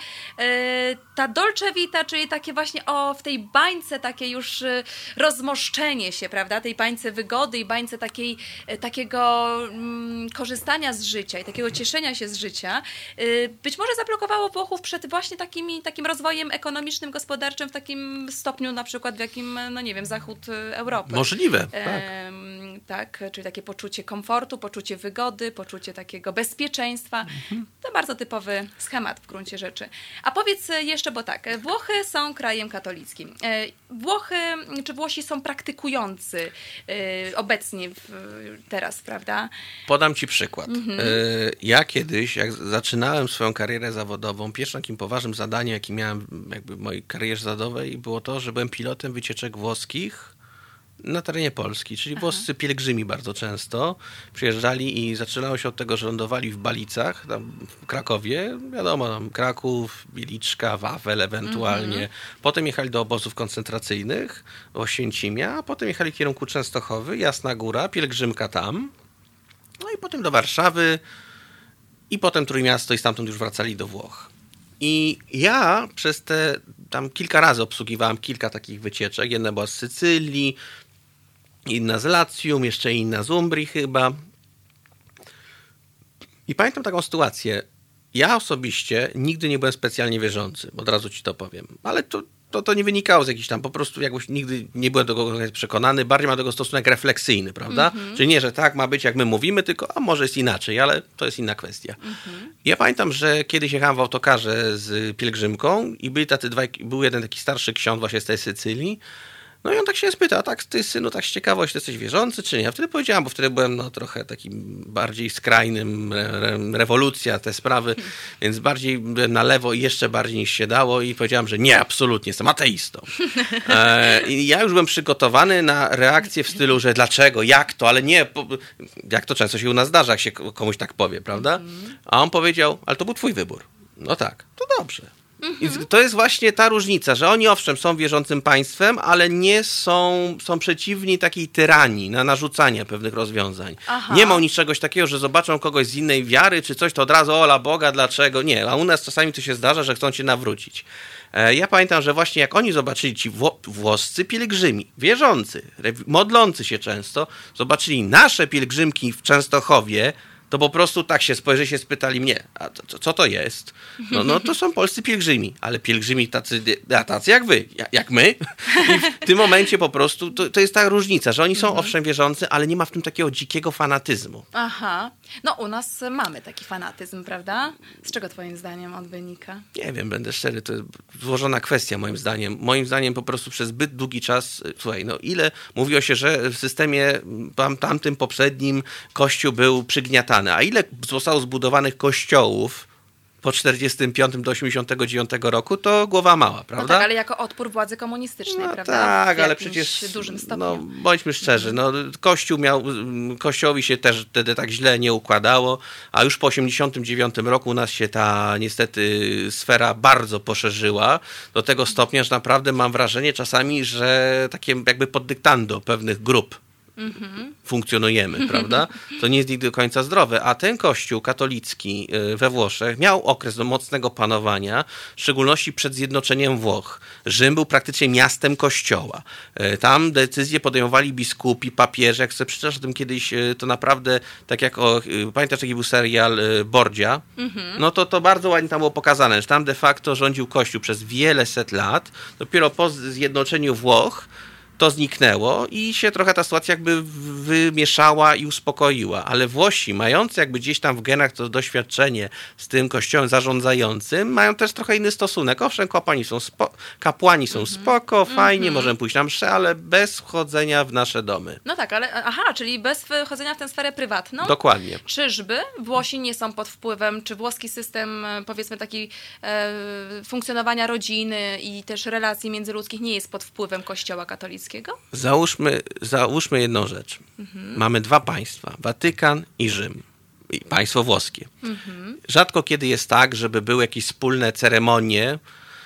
e, ta Dolce Vita, czyli takie właśnie o w tej bańce takie już e, rozmoszczenie się, prawda, tej bańce wygody i bańce takiej, e, takiego mm, korzystania z życia i takiego cieszenia się z życia, e, być może zablokowało Włochów przed właśnie takimi, takim rozwojem ekonomicznym, gospodarczym w takim stopniu na przykład, w jakim, no nie wiem, zachód Europy. Możliwe, tak. E, tak, czyli takie poczucie komfortu, poczucie wygody, poczucie takiego bezpieczeństwa. Mhm. To bardzo typowy schemat w gruncie rzeczy. A powiedz jeszcze, bo tak, Włochy są krajem katolickim. Włochy, czy Włosi są praktykujący obecnie w, teraz, prawda? Podam ci przykład. Mhm. Ja kiedyś, jak zaczynałem swoją karierę zawodową, pierwszym takim poważnym zadaniem, jakie miałem jakby w mojej karierze zawodowej, było to, że byłem pilotem wycieczek włoskich na terenie Polski, czyli Aha. włoscy pielgrzymi bardzo często przyjeżdżali i zaczynało się od tego, że lądowali w Balicach, tam w Krakowie, wiadomo, tam Kraków, Wieliczka, Wawel ewentualnie. Mm-hmm. Potem jechali do obozów koncentracyjnych w Oświęcimie, a potem jechali w kierunku Częstochowy, Jasna Góra, pielgrzymka tam, no i potem do Warszawy i potem Trójmiasto i stamtąd już wracali do Włoch. I ja przez te tam kilka razy obsługiwałem kilka takich wycieczek. Jedna była z Sycylii, inna z Latium, jeszcze inna z Umbrii chyba. I pamiętam taką sytuację. Ja osobiście nigdy nie byłem specjalnie wierzący, od razu ci to powiem. Ale to to, to nie wynikało z jakichś tam, po prostu jakoś nigdy nie byłem do tego przekonany, bardziej ma do tego stosunek refleksyjny, prawda? Mm-hmm. Czyli nie, że tak ma być, jak my mówimy, tylko a może jest inaczej, ale to jest inna kwestia. Mm-hmm. Ja pamiętam, że kiedyś jechałem w autokarze z pielgrzymką i byli tacy dwaj, był jeden taki starszy ksiądz właśnie z tej Sycylii. No i on tak się spytał, a tak ty synu, tak z ciekawości, ty jesteś wierzący czy nie? Ja wtedy powiedziałam, bo wtedy byłem no, trochę takim bardziej skrajnym, re, rewolucja, te sprawy, więc bardziej byłem na lewo i jeszcze bardziej niż się dało i powiedziałam, że nie, absolutnie, jestem ateistą. E, I ja już byłem przygotowany na reakcję w stylu, że dlaczego, jak to, ale nie, po, jak to często się u nas zdarza, jak się komuś tak powie, prawda? A on powiedział, ale to był twój wybór. No tak, to dobrze. I to jest właśnie ta różnica, że oni owszem są wierzącym państwem, ale nie są, są przeciwni takiej tyranii na narzucanie pewnych rozwiązań. Aha. Nie ma u nich czegoś takiego, że zobaczą kogoś z innej wiary czy coś, to od razu ola Boga, dlaczego? Nie, a u nas czasami to się zdarza, że chcą cię nawrócić. Ja pamiętam, że właśnie jak oni zobaczyli ci wło- włoscy pielgrzymi, wierzący, modlący się często, zobaczyli nasze pielgrzymki w Częstochowie, to po prostu tak się spojrzeli, się spytali mnie, a to, co to jest? No, no to są polscy pielgrzymi, ale pielgrzymi tacy, tacy jak wy, jak my. I w tym momencie po prostu to, to jest ta różnica, że oni są mhm. owszem wierzący, ale nie ma w tym takiego dzikiego fanatyzmu. Aha. No u nas mamy taki fanatyzm, prawda? Z czego twoim zdaniem on wynika? Nie wiem, będę szczery, to jest złożona kwestia moim zdaniem. Moim zdaniem po prostu przez zbyt długi czas, słuchaj, no ile mówiło się, że w systemie tam, tamtym poprzednim Kościół był przygniatany, a ile zostało zbudowanych kościołów po czterdziestym piątym do osiemdziesiątego dziewiątego roku, to głowa mała, prawda? No tak, ale jako odpór władzy komunistycznej, no prawda? Tak, ale przecież dużym stopniu. No, bądźmy szczerzy, no, Kościół miał, Kościołowi się też wtedy tak źle nie układało, a już po osiemdziesiątym dziewiątym roku u nas się ta niestety sfera bardzo poszerzyła do tego stopnia, że naprawdę mam wrażenie czasami, że takie jakby pod dyktando pewnych grup Mm-hmm. funkcjonujemy, prawda? To nie jest nigdy do końca zdrowe. A ten kościół katolicki we Włoszech miał okres do mocnego panowania, w szczególności przed zjednoczeniem Włoch. Rzym był praktycznie miastem kościoła. Tam decyzje podejmowali biskupi, papieże. Jak sobie przeczytasz o tym kiedyś, to naprawdę, tak jak o, pamiętasz, taki był serial Borgia? Mm-hmm. No to to bardzo ładnie tam było pokazane, że tam de facto rządził kościół przez wiele set lat. Dopiero po zjednoczeniu Włoch to zniknęło i się trochę ta sytuacja jakby wymieszała i uspokoiła. Ale Włosi, mający jakby gdzieś tam w genach to doświadczenie z tym kościołem zarządzającym, mają też trochę inny stosunek. Owszem, kapłani są, spo- kapłani są mm-hmm. spoko, fajnie, mm-hmm. możemy pójść na mszę, ale bez wchodzenia w nasze domy. No tak, ale aha, czyli bez wchodzenia w tę sferę prywatną? Dokładnie. Czyżby Włosi nie są pod wpływem, czy włoski system, powiedzmy taki e, funkcjonowania rodziny i też relacji międzyludzkich nie jest pod wpływem Kościoła katolickiego? Załóżmy, załóżmy jedną rzecz. Mhm. Mamy dwa państwa, Watykan i Rzym. I państwo włoskie. Mhm. Rzadko kiedy jest tak, żeby były jakieś wspólne ceremonie,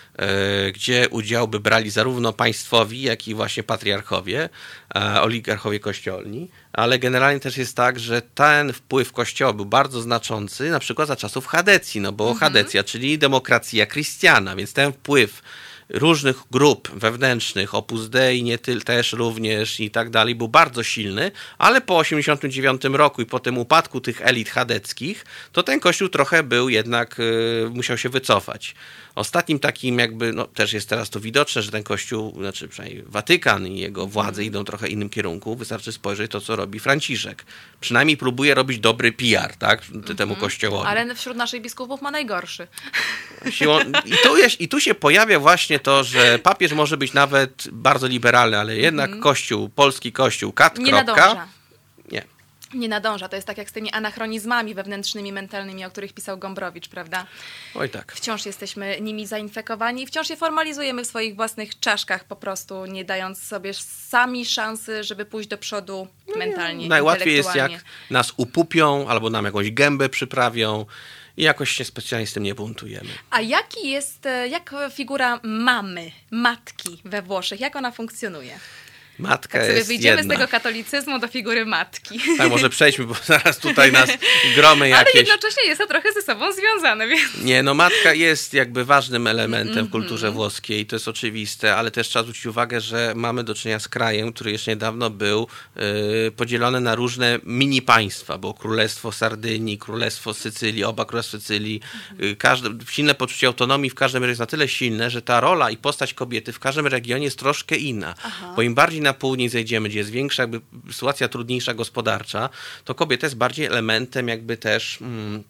e, gdzie udział by brali zarówno państwowi, jak i właśnie patriarchowie, e, oligarchowie kościelni, ale generalnie też jest tak, że ten wpływ Kościoła był bardzo znaczący, na przykład za czasów Chadecji, no bo mhm. Chadecja, czyli demokracja chrystiana, więc ten wpływ różnych grup wewnętrznych, Opus Dei nie ty, też również i tak dalej, był bardzo silny, ale po osiemdziesiątym dziewiątym roku i po tym upadku tych elit chadeckich, to ten kościół trochę był jednak, y, musiał się wycofać. Ostatnim takim jakby, no też jest teraz to widoczne, że ten kościół, znaczy przynajmniej Watykan i jego władze idą trochę innym kierunku. Wystarczy spojrzeć to, co robi Franciszek. Przynajmniej próbuje robić dobry P R, tak? Temu mm-hmm. kościołowi. Ale wśród naszych biskupów ma najgorszy. Siłą, i, tu jest, I tu się pojawia właśnie to, że papież może być nawet bardzo liberalny, ale jednak mm-hmm. kościół, polski kościół, kat, nie kropka. Nadąża. Nie. Nie nadąża. To jest tak jak z tymi anachronizmami wewnętrznymi, mentalnymi, o których pisał Gombrowicz, prawda? Oj tak. Wciąż jesteśmy nimi zainfekowani, wciąż je formalizujemy w swoich własnych czaszkach, po prostu nie dając sobie sami szansy, żeby pójść do przodu no mentalnie, nie. Najłatwiej jest, jak nas upupią albo nam jakąś gębę przyprawią i jakoś się specjalnie z tym nie buntujemy. A jaki jest, jak figura mamy, matki we Włoszech, jak ona funkcjonuje? Matka tak sobie jest wyjdziemy jedna. z tego katolicyzmu do figury matki. Tak, może przejdźmy, bo zaraz tutaj nas gromy jakieś... Ale jednocześnie jest to trochę ze sobą związane, więc... Nie, no matka jest jakby ważnym elementem w kulturze włoskiej, to jest oczywiste, ale też trzeba zwrócić uwagę, że mamy do czynienia z krajem, który jeszcze niedawno był y, podzielony na różne mini państwa, bo Królestwo Sardynii, Królestwo Sycylii, oba Królestwa Sycylii, y, każde, silne poczucie autonomii w każdym regionie jest na tyle silne, że ta rola i postać kobiety w każdym regionie jest troszkę inna. Aha. Bo im bardziej na południe zejdziemy, gdzie jest większa jakby sytuacja trudniejsza gospodarcza, to kobieta jest bardziej elementem jakby też mm,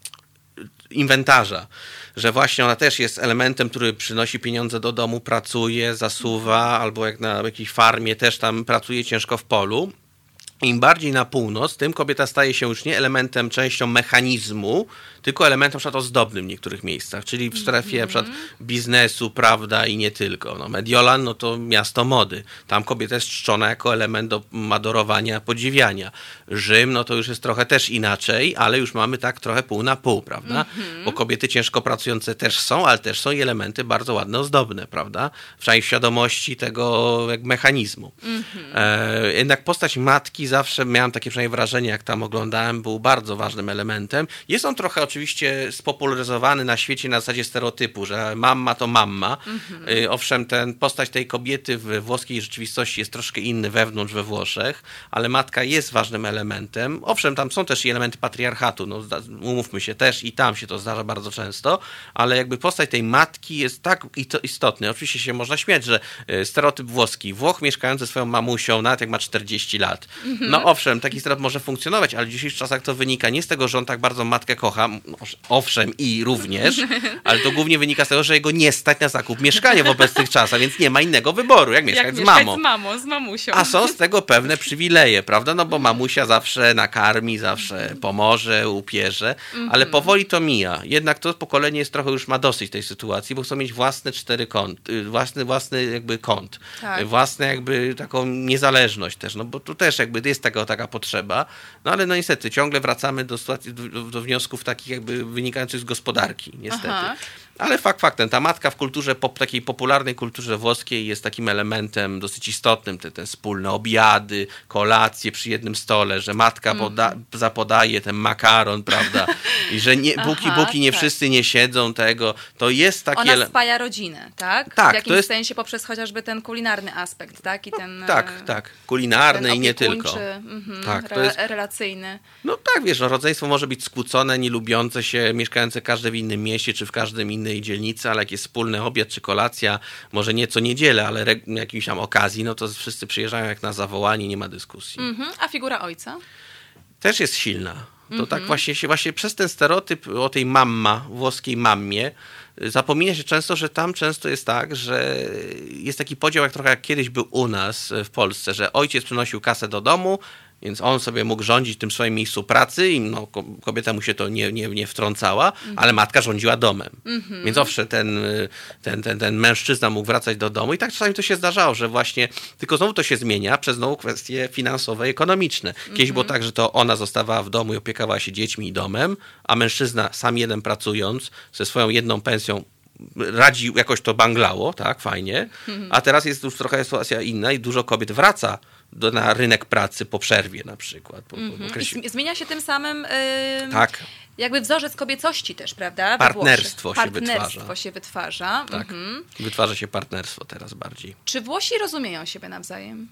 inwentarza, że właśnie ona też jest elementem, który przynosi pieniądze do domu, pracuje, zasuwa, albo jak na jakiejś farmie też tam pracuje ciężko w polu. Im bardziej na północ, tym kobieta staje się już nie elementem, częścią mechanizmu, tylko elementem na przykład ozdobnym w niektórych miejscach, czyli w strefie mm-hmm. na przykład biznesu, prawda, i nie tylko. No, Mediolan, no to miasto mody. Tam kobieta jest czczona jako element do adorowania, podziwiania. Rzym, no to już jest trochę też inaczej, ale już mamy tak trochę pół na pół, prawda? Mm-hmm. Bo kobiety ciężko pracujące też są, ale też są i elementy bardzo ładne, ozdobne, prawda? Przynajmniej w świadomości tego jak mechanizmu. Mm-hmm. E, jednak postać matki zawsze miałem takie przynajmniej wrażenie, jak tam oglądałem, był bardzo ważnym elementem. Jest on trochę oczywiście spopularyzowany na świecie na zasadzie stereotypu, że mamma to mamma. Mm-hmm. Owszem, ten postać tej kobiety w włoskiej rzeczywistości jest troszkę inny wewnątrz we Włoszech, ale matka jest ważnym elementem. Owszem, tam są też i elementy patriarchatu, no, umówmy się, też i tam się to zdarza bardzo często, ale jakby postać tej matki jest tak istotna. Oczywiście się można śmiać, że stereotyp włoski, Włoch mieszkający ze swoją mamusią, nawet jak ma czterdzieści lat. Mm-hmm. No owszem, taki stereotyp może funkcjonować, ale w dzisiejszych czasach to wynika nie z tego, że on tak bardzo matkę kocha, owszem i również, ale to głównie wynika z tego, że jego nie stać na zakup mieszkania w obecnych czasach, więc nie ma innego wyboru, jak mieszkać jak z mieszkać mamą. z mamą, z mamusią. A są z tego pewne przywileje, prawda? No bo mamusia zawsze nakarmi, zawsze pomoże, upierze, mm-hmm. ale powoli to mija. Jednak to pokolenie jest trochę już ma dosyć tej sytuacji, bo chcą mieć własne cztery kąt, własny, własny jakby kąt, tak. własne jakby taką niezależność też, no bo tu też jakby jest taka, taka potrzeba, no ale no niestety ciągle wracamy do sytuacji, do, do wniosków takich jakby wynikających z gospodarki, niestety. Aha. Ale fakt faktem, ta matka w kulturze, pop, takiej popularnej kulturze włoskiej jest takim elementem dosyć istotnym, te, te wspólne obiady, kolacje przy jednym stole, że matka poda, mm. zapodaje ten makaron, prawda, i że nie, buki, Aha, buki nie tak. wszyscy nie siedzą tego, to jest takie... Ona spaja rodzinę, tak? Tak. W jakimś to jest... sensie poprzez chociażby ten kulinarny aspekt, tak? I ten, no, tak, tak, kulinarny ten i nie tylko. Mm-hmm, tak, to re- jest... relacyjny. No tak, wiesz, no, rodzeństwo może być skłócone, nielubiące się, mieszkające każde w innym mieście, czy w każdym innej dzielnicy, ale jak jest wspólny obiad czy kolacja, może nie co niedzielę, ale re- jakimś tam okazji, no to wszyscy przyjeżdżają jak na zawołanie, nie ma dyskusji. Mm-hmm. A figura ojca? Też jest silna. To mm-hmm. tak właśnie się, właśnie przez ten stereotyp o tej mamma, włoskiej mammie, zapomina się często, że tam często jest tak, że jest taki podział, jak trochę jak kiedyś był u nas w Polsce, że ojciec przynosił kasę do domu, więc on sobie mógł rządzić w tym swoim miejscu pracy i no, kobieta mu się to nie, nie, nie wtrącała, mm-hmm. ale matka rządziła domem. Mm-hmm. Więc owszem, ten, ten, ten, ten mężczyzna mógł wracać do domu i tak czasami to się zdarzało, że właśnie, tylko znowu to się zmienia przez znowu kwestie finansowe i ekonomiczne. Kiedyś mm-hmm. było tak, że to ona zostawała w domu i opiekowała się dziećmi i domem, a mężczyzna sam jeden pracując ze swoją jedną pensją radzi, jakoś to banglało, tak, fajnie, mm-hmm. a teraz jest już trochę sytuacja inna i dużo kobiet wraca Do, na rynek pracy po przerwie na przykład. Po, mm-hmm. po okresie... I zmienia się tym samym yy, tak. jakby wzorzec kobiecości też, prawda? Partnerstwo się partnerstwo wytwarza. się wytwarza. Tak. Mm-hmm. Wytwarza się partnerstwo teraz bardziej. Czy Włosi rozumieją siebie nawzajem?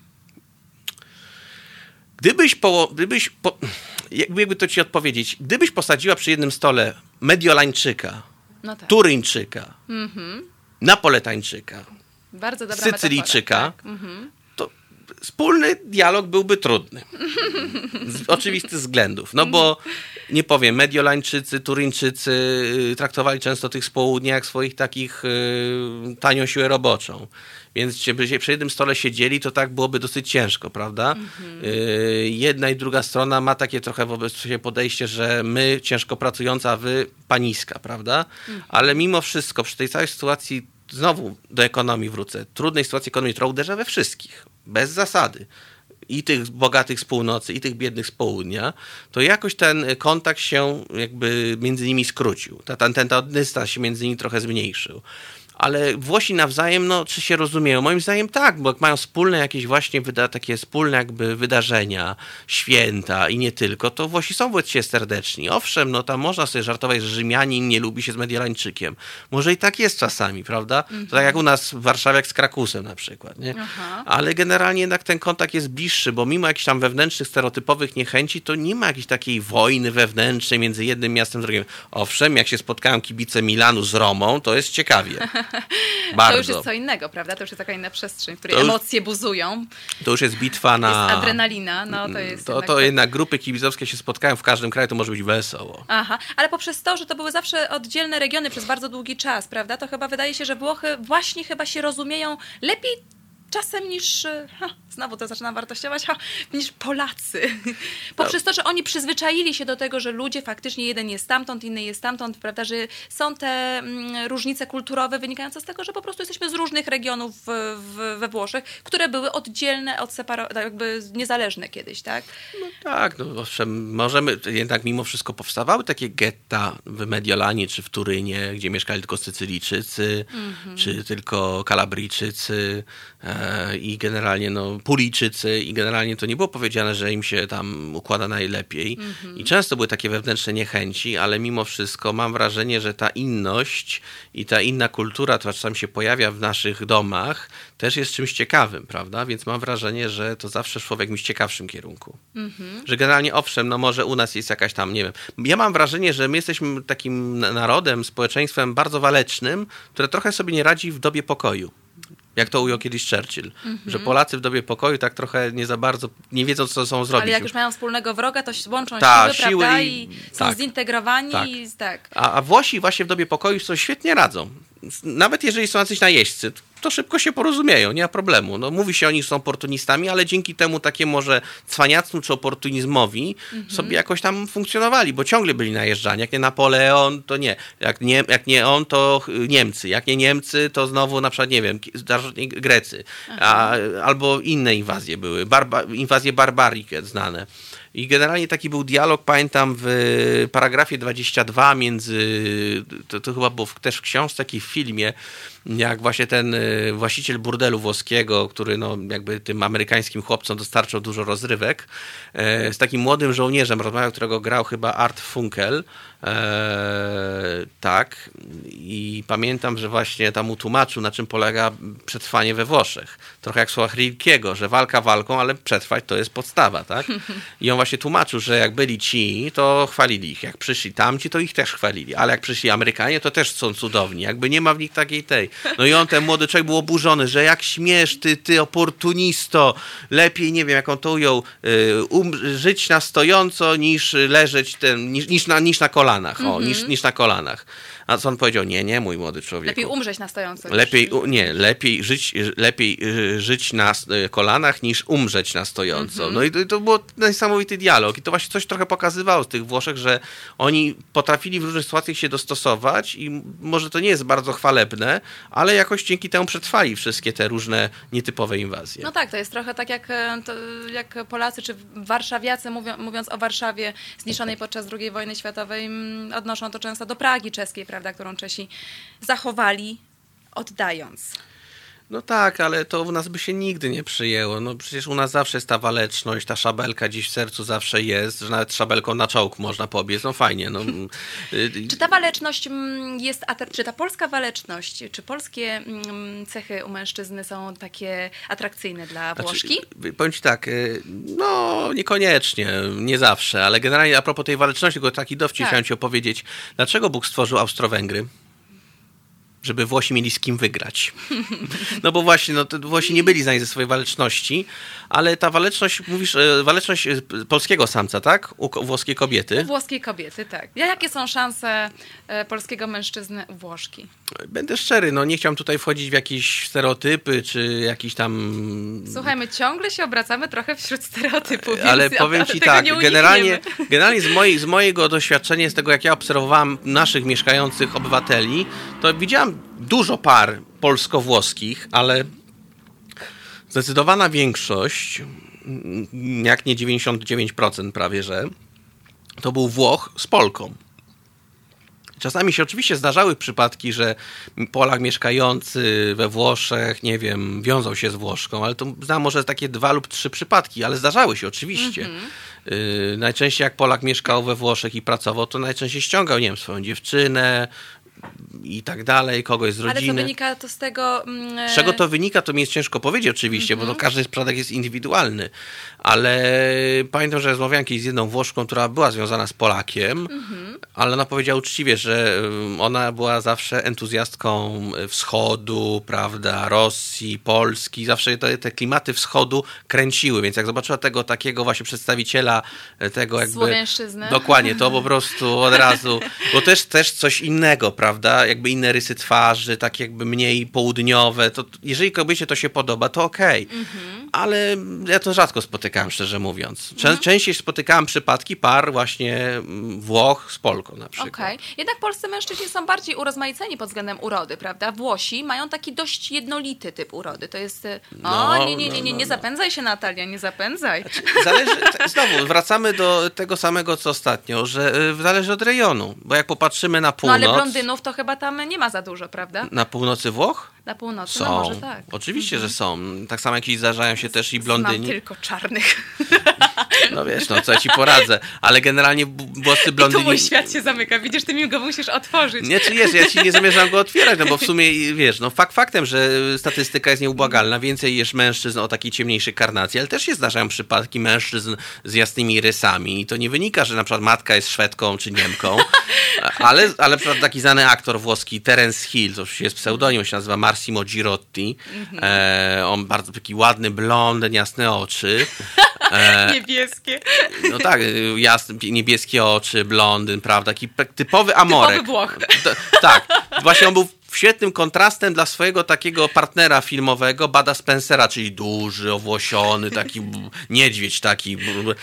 Gdybyś, po, gdybyś po, jakby to ci odpowiedzieć, gdybyś posadziła przy jednym stole Mediolańczyka, no tak. Turyńczyka, mm-hmm. Napoletańczyka, bardzo dobra Sycylijczyka, metafora, tak? mm-hmm. wspólny dialog byłby trudny. Z oczywistych względów. No bo, nie powiem, Mediolańczycy, Turyńczycy traktowali często tych z południa jak swoich takich y, tanią siłę roboczą. Więc przy jednym stole siedzieli, to tak byłoby dosyć ciężko, prawda? Mm-hmm. Y, jedna i druga strona ma takie trochę wobec siebie podejście, że my ciężko pracująca, a wy paniska, prawda? Mm-hmm. Ale mimo wszystko, przy tej całej sytuacji, znowu do ekonomii wrócę, trudnej sytuacji ekonomicznej, która uderza we wszystkich, bez zasady, i tych bogatych z północy, i tych biednych z południa, to jakoś ten kontakt się jakby między nimi skrócił. Ten, ten, ten dystans się między nimi trochę zmniejszył. ale Włosi nawzajem, no, czy się rozumieją? Moim zdaniem tak, bo jak mają wspólne jakieś właśnie wyda- takie wspólne jakby wydarzenia, święta i nie tylko, to Włosi są wobec siebie serdeczni. Owszem, no tam można sobie żartować, że Rzymianin nie lubi się z Mediolańczykiem. Może i tak jest czasami, prawda? Mm-hmm. To tak jak u nas w Warszawie jak z Krakusem na przykład, nie? Aha. Ale generalnie jednak ten kontakt jest bliższy, bo mimo jakichś tam wewnętrznych, stereotypowych niechęci, to nie ma jakiejś takiej wojny wewnętrznej między jednym miastem a drugim. Owszem, jak się spotkają kibice Milanu z Romą, to jest ciekawie. Bardzo. To już jest co innego, prawda? To już jest taka inna przestrzeń, w której to już, emocje buzują. To już jest bitwa na... Jest adrenalina, no to jest... To, jednak to jednak grupy kibicowskie się spotkają w każdym kraju, to może być wesoło. Aha, ale poprzez to, że to były zawsze oddzielne regiony przez bardzo długi czas, prawda? To chyba wydaje się, że Włochy właśnie chyba się rozumieją lepiej czasem niż, ha, znowu to zaczynam wartościować, ha, niż Polacy. Poprzez to, że oni przyzwyczaili się do tego, że ludzie faktycznie jeden jest stamtąd, inny jest stamtąd, prawda, że są te mm, różnice kulturowe wynikające z tego, że po prostu jesteśmy z różnych regionów w, w, we Włoszech, które były oddzielne, odseparo- jakby niezależne kiedyś, tak? No tak, no owszem, możemy, jednak mimo wszystko powstawały takie getta w Mediolanie czy w Turynie, gdzie mieszkali tylko Sycylijczycy, mm-hmm. czy tylko Kalabryjczycy, i generalnie no, Pulijczycy i generalnie to nie było powiedziane, że im się tam układa najlepiej. Mm-hmm. I często były takie wewnętrzne niechęci, ale mimo wszystko mam wrażenie, że ta inność i ta inna kultura, która czasem się pojawia w naszych domach, też jest czymś ciekawym, prawda? Więc mam wrażenie, że to zawsze szło w jakimś ciekawszym kierunku. Mm-hmm. Że generalnie owszem, no może u nas jest jakaś tam, nie wiem. Ja mam wrażenie, że my jesteśmy takim narodem, społeczeństwem bardzo walecznym, które trochę sobie nie radzi w dobie pokoju. Jak to ujął kiedyś Churchill, mm-hmm. że Polacy w dobie pokoju tak trochę nie za bardzo, nie wiedzą, co są zrobić. Ale jak już mają wspólnego wroga, to łączą Ta, siły, siły prawda? I, I są tak, zintegrowani. Tak. I, tak. A, a Włosi właśnie w dobie pokoju sobie świetnie radzą. Nawet jeżeli są jacyś najeźdźcy, to szybko się porozumieją, nie ma problemu. No, mówi się o nich, że są oportunistami, ale dzięki temu takiemu może cwaniactwu czy oportunizmowi mm-hmm. sobie jakoś tam funkcjonowali, bo ciągle byli najeżdżani. Jak nie Napoleon, to nie. Jak nie, jak nie on, to Niemcy. Jak nie Niemcy, to znowu na przykład, nie wiem, Grecy. A, albo inne inwazje były. Barba, inwazje barbarii znane. I generalnie taki był dialog, pamiętam, w paragrafie dwudziestym drugim między, to, to chyba było też w książce, taki w filmie, jak właśnie ten właściciel burdelu włoskiego, który no jakby tym amerykańskim chłopcom dostarczał dużo rozrywek, z takim młodym żołnierzem rozmawiał, którego grał chyba Art Funkel. Eee, tak. I pamiętam, że właśnie tam mu tłumaczył, na czym polega przetrwanie we Włoszech. Trochę jak słowa Rilkiego, że walka walką, ale przetrwać to jest podstawa, tak? I on właśnie tłumaczył, że jak byli ci, to chwalili ich. Jak przyszli tamci, to ich też chwalili. Ale jak przyszli Amerykanie, to też są cudowni. Jakby nie ma w nich takiej tej. No i on, ten młody człowiek, był oburzony, że jak śmiesz, ty, ty oportunisto, lepiej, nie wiem, jak on to ujął, um, żyć na stojąco niż leżeć, ten, niż, niż, na, niż na kolanach. O, mm-hmm. niż, niż na kolanach. A co on powiedział? Nie, nie, mój młody człowiek. Lepiej umrzeć na stojąco. Lepiej, niż... Nie, lepiej żyć, lepiej żyć na kolanach niż umrzeć na stojąco. Mm-hmm. No i to, to był niesamowity dialog. I to właśnie coś trochę pokazywało z tych Włoszech, że oni potrafili w różnych sytuacjach się dostosować i może to nie jest bardzo chwalebne, ale jakoś dzięki temu przetrwali wszystkie te różne nietypowe inwazje. No tak, to jest trochę tak jak, to, jak Polacy czy warszawiacy, mówią, mówiąc o Warszawie zniszczonej podczas drugiej wojny światowej, odnoszą to często do Pragi czeskiej, prawda, którą Czesi zachowali, oddając. No tak, ale to u nas by się nigdy nie przyjęło. No przecież u nas zawsze jest ta waleczność, ta szabelka gdzieś w sercu zawsze jest, że nawet szabelką na czołg można pobiec. No fajnie. No. Czy ta waleczność jest, czy ta polska waleczność, czy polskie cechy u mężczyzny są takie atrakcyjne dla Włoszki? Znaczy, powiem ci tak, no niekoniecznie, nie zawsze, ale generalnie a propos tej waleczności, tylko taki dowcip tak. chciałem ci opowiedzieć. Dlaczego Bóg stworzył Austro-Węgry? Żeby Włosi mieli z kim wygrać. No bo właśnie, no, Włosi nie byli znani ze swojej waleczności, ale ta waleczność, mówisz, waleczność polskiego samca, tak? U włoskiej kobiety. U włoskiej kobiety, tak. Jakie są szanse polskiego mężczyzny u Włoszki? Będę szczery, no nie chciałem tutaj wchodzić w jakieś stereotypy, czy jakiś tam... Słuchaj, my ciągle się obracamy trochę wśród stereotypów. Ale powiem ci tak, generalnie, generalnie z, mojej, z mojego doświadczenia, z tego jak ja obserwowałem naszych mieszkających obywateli, to widziałem dużo par polsko-włoskich, ale zdecydowana większość, jak nie dziewięćdziesiąt dziewięć procent prawie, że to był Włoch z Polką. Czasami się oczywiście zdarzały przypadki, że Polak mieszkający we Włoszech, nie wiem, wiązał się z Włoszką, ale to znam może takie dwa lub trzy przypadki, ale zdarzały się oczywiście. Mm-hmm. Yy, najczęściej jak Polak mieszkał we Włoszech i pracował, to najczęściej ściągał, nie wiem, swoją dziewczynę i tak dalej, kogoś z rodziny. Ale co wynika to z tego... Mm, z czego to wynika, to mi jest ciężko powiedzieć oczywiście, mm-hmm. bo to każdy przypadek jest indywidualny, ale pamiętam, że rozmawiałem kiedyś z jedną Włoszką, która była związana z Polakiem, mm-hmm. ale ona powiedziała uczciwie, że ona była zawsze entuzjastką wschodu, prawda, Rosji, Polski, zawsze te, te klimaty wschodu kręciły, więc jak zobaczyła tego takiego właśnie przedstawiciela tego jakby... Słowiańszczyzny. Dokładnie, to po prostu od razu, bo też, też coś innego, prawda, jakby inne rysy twarzy, tak jakby mniej południowe, to jeżeli kobiecie to się podoba, to okej, okay. mm-hmm. ale ja to rzadko spotykałem, szczerze mówiąc. Czę- mm-hmm. Częściej spotykałem przypadki par właśnie Włoch z Polką na przykład. Okej. Okay. Jednak polscy mężczyźni są bardziej urozmaiceni pod względem urody, prawda? Włosi mają taki dość jednolity typ urody. To jest, o no, nie, nie, nie, nie, nie, nie zapędzaj się, Natalia, nie zapędzaj. Znaczy, zależy, znowu, wracamy do tego samego, co ostatnio, że zależy od rejonu, bo jak popatrzymy na północ... No ale blondynów to chyba tam nie ma za dużo, prawda? Na północy Włoch? Na północy, są. No może tak. Oczywiście, mhm. że są. Tak samo jak i zdarzają się też i blondyni. Znam tylko czarnych. No wiesz, no co ja ci poradzę, ale generalnie włoscy blondyni... I tu mój świat się zamyka, widzisz, ty mi go musisz otworzyć. Nie, czy jest, ja ci nie zamierzam go otwierać, no bo w sumie, wiesz, no fakt faktem, że statystyka jest nieubłagalna, więcej jest mężczyzn o takiej ciemniejszej karnacji, ale też się zdarzają przypadki mężczyzn z jasnymi rysami i to nie wynika, że na przykład matka jest Szwedką czy Niemką, ale, ale na przykład taki znany aktor włoski Terence Hill, to jest pseudonim, się nazywa Massimo Girotti, mm-hmm. e, on bardzo taki ładny blond, jasne oczy. E, niebieskie. No tak, jasne, niebieskie oczy, blondyn, prawda, taki typowy amorek. Typowy Włoch. To, tak, właśnie on był świetnym kontrastem dla swojego takiego partnera filmowego, Bada Spencera, czyli duży, owłosiony, taki niedźwiedź taki.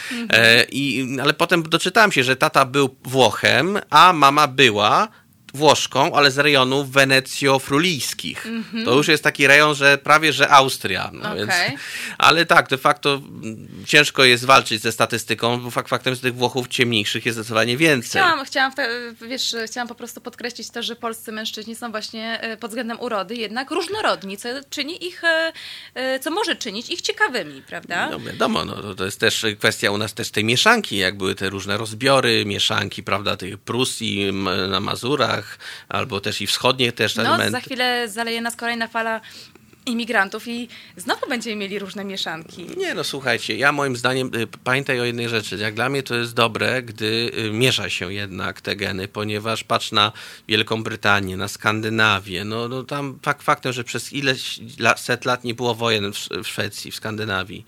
E, i, ale potem doczytałem się, że tata był Włochem, a mama była Włoszką, ale z rejonów wenecjo-frulijskich. Mm-hmm. To już jest taki rejon, że prawie, że Austria. No okay. Więc, ale tak, de facto ciężko jest walczyć ze statystyką, bo fakt faktem z tych Włochów ciemniejszych jest zdecydowanie więcej. Chciałam, chciałam, wiesz, chciałam po prostu podkreślić to, że polscy mężczyźni są właśnie pod względem urody jednak różnorodni, co czyni ich, co może czynić ich ciekawymi, prawda? No wiadomo, no, to, to jest też kwestia u nas też tej mieszanki, jak były te różne rozbiory, mieszanki, prawda, tych Prusji na Mazurach, albo też i wschodnie też no, elementy. Za chwilę zaleje nas kolejna fala imigrantów i znowu będziemy mieli różne mieszanki. Nie, no słuchajcie, ja moim zdaniem, pamiętaj o jednej rzeczy, jak dla mnie to jest dobre, gdy miesza się jednak te geny, ponieważ patrz na Wielką Brytanię, na Skandynawię, no, no tam fakt faktem, że przez ileś set lat nie było wojen w Szwecji, w Skandynawii.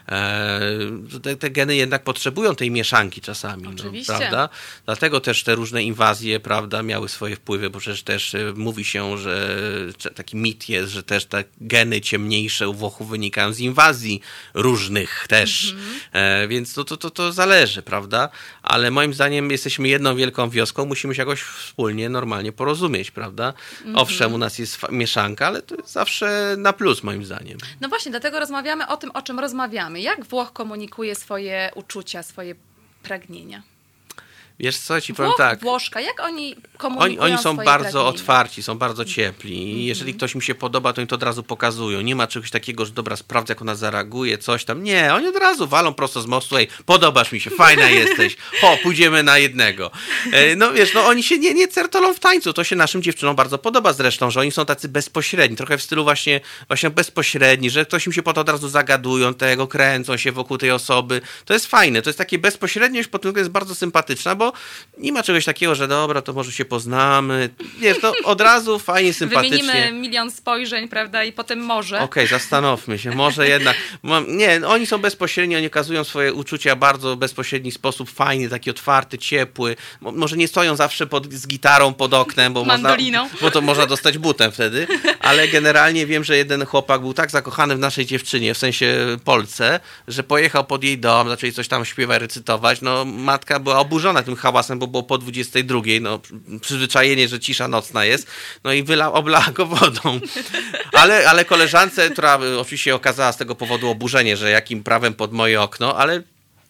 E, te, te geny jednak potrzebują tej mieszanki czasami, oczywiście. No, prawda? Dlatego też te różne inwazje, prawda, miały swoje wpływy, bo przecież też mówi się, że taki mit jest, że też te geny ciemniejsze u Włochów wynikają z inwazji różnych też, mm-hmm. e, więc to, to, to, to zależy, prawda? Ale moim zdaniem jesteśmy jedną wielką wioską, musimy się jakoś wspólnie, normalnie porozumieć, prawda? Mm-hmm. Owszem, u nas jest fa- mieszanka, ale to jest zawsze na plus, moim zdaniem. No właśnie, dlatego rozmawiamy o tym, o czym rozmawiamy. Jak Włoch komunikuje swoje uczucia, swoje pragnienia? Wiesz co, ci Włoch, powiem tak. Włoszka, jak oni komunikują Oni, oni są swoje bardzo pragnienia? otwarci, są bardzo ciepli i jeżeli mm-hmm. ktoś mi się podoba, to oni to od razu pokazują. Nie ma czegoś takiego, że dobra, sprawdzę, jak ona zareaguje, coś tam. Nie, oni od razu walą prosto z mostu, ej, podobasz mi się, fajna jesteś, ho, pójdziemy na jednego. E, no wiesz, no oni się nie, nie certolą w tańcu, to się naszym dziewczynom bardzo podoba zresztą, że oni są tacy bezpośredni, trochę w stylu właśnie, właśnie bezpośredni, że ktoś im się po to od razu zagadują, tego kręcą się wokół tej osoby. To jest fajne, to jest takie bezpośredniość, pod tym jest bardzo sympatyczna, bo nie ma czegoś takiego, że dobra, to może się poznamy. Wiesz, to od razu fajnie, sympatycznie. Wymienimy milion spojrzeń, prawda, i potem może. Okej, okay, zastanówmy się, może jednak. Nie, oni są bezpośredni, oni okazują swoje uczucia w bardzo bezpośredni sposób, fajny, taki otwarty, ciepły. Może nie stoją zawsze pod, z gitarą pod oknem, bo, można, bo to można dostać butem wtedy, ale generalnie wiem, że jeden chłopak był tak zakochany w naszej dziewczynie, w sensie Polce, że pojechał pod jej dom, zaczęli coś tam śpiewać, recytować. No, matka była oburzona tym hałasem, bo było po dwudziestej drugiej, no przyzwyczajenie, że cisza nocna jest, no i wyla, oblała go wodą. Ale, ale koleżance, która oczywiście okazała z tego powodu oburzenie, że jakim prawem pod moje okno, ale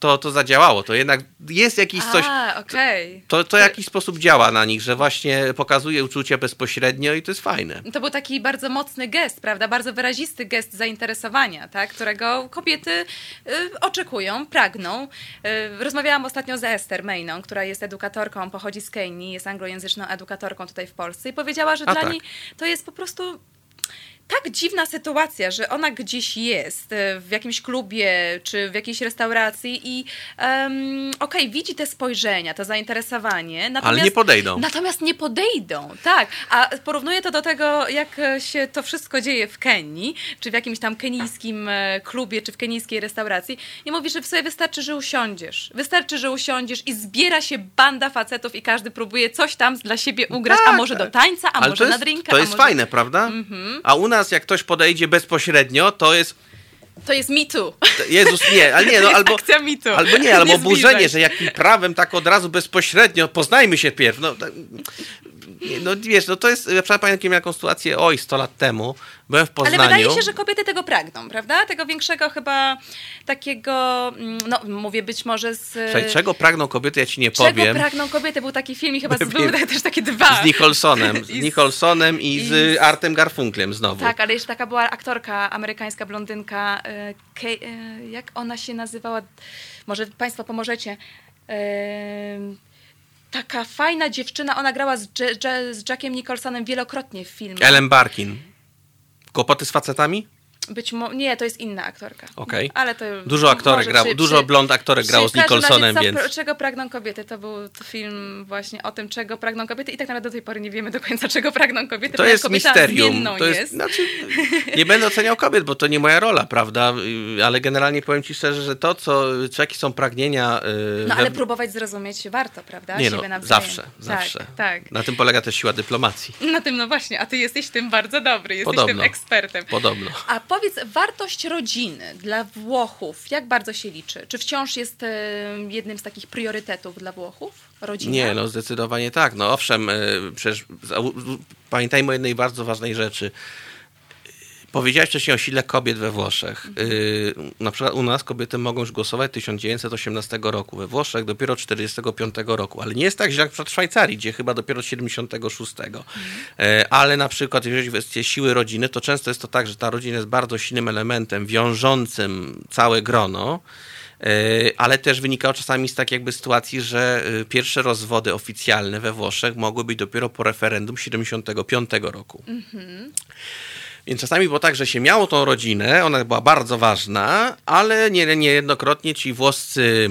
to, to zadziałało. To jednak jest jakiś A, coś... okej. To, to w jakiś sposób działa na nich, że właśnie pokazuje uczucia bezpośrednio i to jest fajne. To był taki bardzo mocny gest, prawda? Bardzo wyrazisty gest zainteresowania, tak? Którego kobiety y, oczekują, pragną. Y, rozmawiałam ostatnio z Esther Mayną, która jest edukatorką, pochodzi z Kenii, jest anglojęzyczną edukatorką tutaj w Polsce i powiedziała, że A dla tak. niej to jest po prostu... tak dziwna sytuacja, że ona gdzieś jest w jakimś klubie czy w jakiejś restauracji i um, okej, okay, widzi te spojrzenia, to zainteresowanie. Ale nie podejdą. Natomiast nie podejdą, tak. A porównuję to do tego, jak się to wszystko dzieje w Kenii, czy w jakimś tam kenijskim klubie, czy w kenijskiej restauracji i mówisz, że sobie wystarczy, że usiądziesz. Wystarczy, że usiądziesz i zbiera się banda facetów i każdy próbuje coś tam dla siebie ugrać, tak, a może tak. do tańca, a Ale może to jest, na drinka. To a jest może... fajne, prawda? Mm-hmm. A u nas, jak ktoś podejdzie bezpośrednio, to jest... To jest me too. Jezus, nie, ale nie, no albo... akcja me too. Albo nie, albo nie burzenie, że jakim prawem tak od razu bezpośrednio, poznajmy się pierw. No, no wiesz, no to jest... Ja pamiętam jaką sytuację, oj, sto lat temu, byłem w Poznaniu. Ale wydaje się, że kobiety tego pragną, prawda? Tego większego chyba takiego, no mówię być może z... Słuchaj, czego pragną kobiety, ja ci nie czego powiem. Czego pragną kobiety? Był taki film i chyba z, były też takie dwa. Z Nicholsonem. Z I z, Nicholsonem i, i z Artem Garfunklem znowu. Tak, ale jeszcze taka była aktorka, amerykańska blondynka, e, Kay, e, jak ona się nazywała? Może państwo pomożecie. E, taka fajna dziewczyna, ona grała z, z Jackiem Nicholsonem wielokrotnie w filmie. Ellen Barkin. Kłopoty z facetami? Być może, nie, to jest inna aktorka. Okej. Okay. Ale to dużo aktorek grało, przy, dużo blond aktorek grało z Nicholsonem, razie, więc... Co, czego pragną kobiety? To był to film właśnie o tym, czego pragną kobiety i tak naprawdę do tej pory nie wiemy do końca, czego pragną kobiety. To jest misterium. To jest, jest. Znaczy, nie będę oceniał kobiet, bo to nie moja rola, prawda? Ale generalnie powiem ci szczerze, że to, co, czy jakie są pragnienia... Yy, no ale we... próbować zrozumieć warto, prawda? Nie no, Siebie nawzajem. zawsze, tak, zawsze. Tak. Na tym polega też siła dyplomacji. Na tym, no właśnie, a ty jesteś tym bardzo dobry, jesteś Podobno. tym ekspertem. Podobno. A powiedz, wartość rodziny dla Włochów, jak bardzo się liczy? Czy wciąż jest y, jednym z takich priorytetów dla Włochów? Rodzina? Nie, no zdecydowanie tak. No owszem, y, przecież pamiętajmy o jednej bardzo ważnej rzeczy. Powiedziałeś wcześniej o sile kobiet we Włoszech. Yy, na przykład u nas kobiety mogą już głosować tysiąc dziewięćset osiemnastego roku. We Włoszech dopiero czterdziestego piątego roku. Ale nie jest tak źle jak w Szwajcarii, gdzie chyba dopiero siedemdziesiątego szóstego. Yy, ale na przykład jeżeli kwestie siły rodziny, to często jest to tak, że ta rodzina jest bardzo silnym elementem wiążącym całe grono. Ale też wynikało czasami z takiej jakby sytuacji, że pierwsze rozwody oficjalne we Włoszech mogły być dopiero po referendum siedemdziesiątego piątego roku. Mhm. Więc czasami było tak, że się miało tą rodzinę, ona była bardzo ważna, ale nie, niejednokrotnie ci włoscy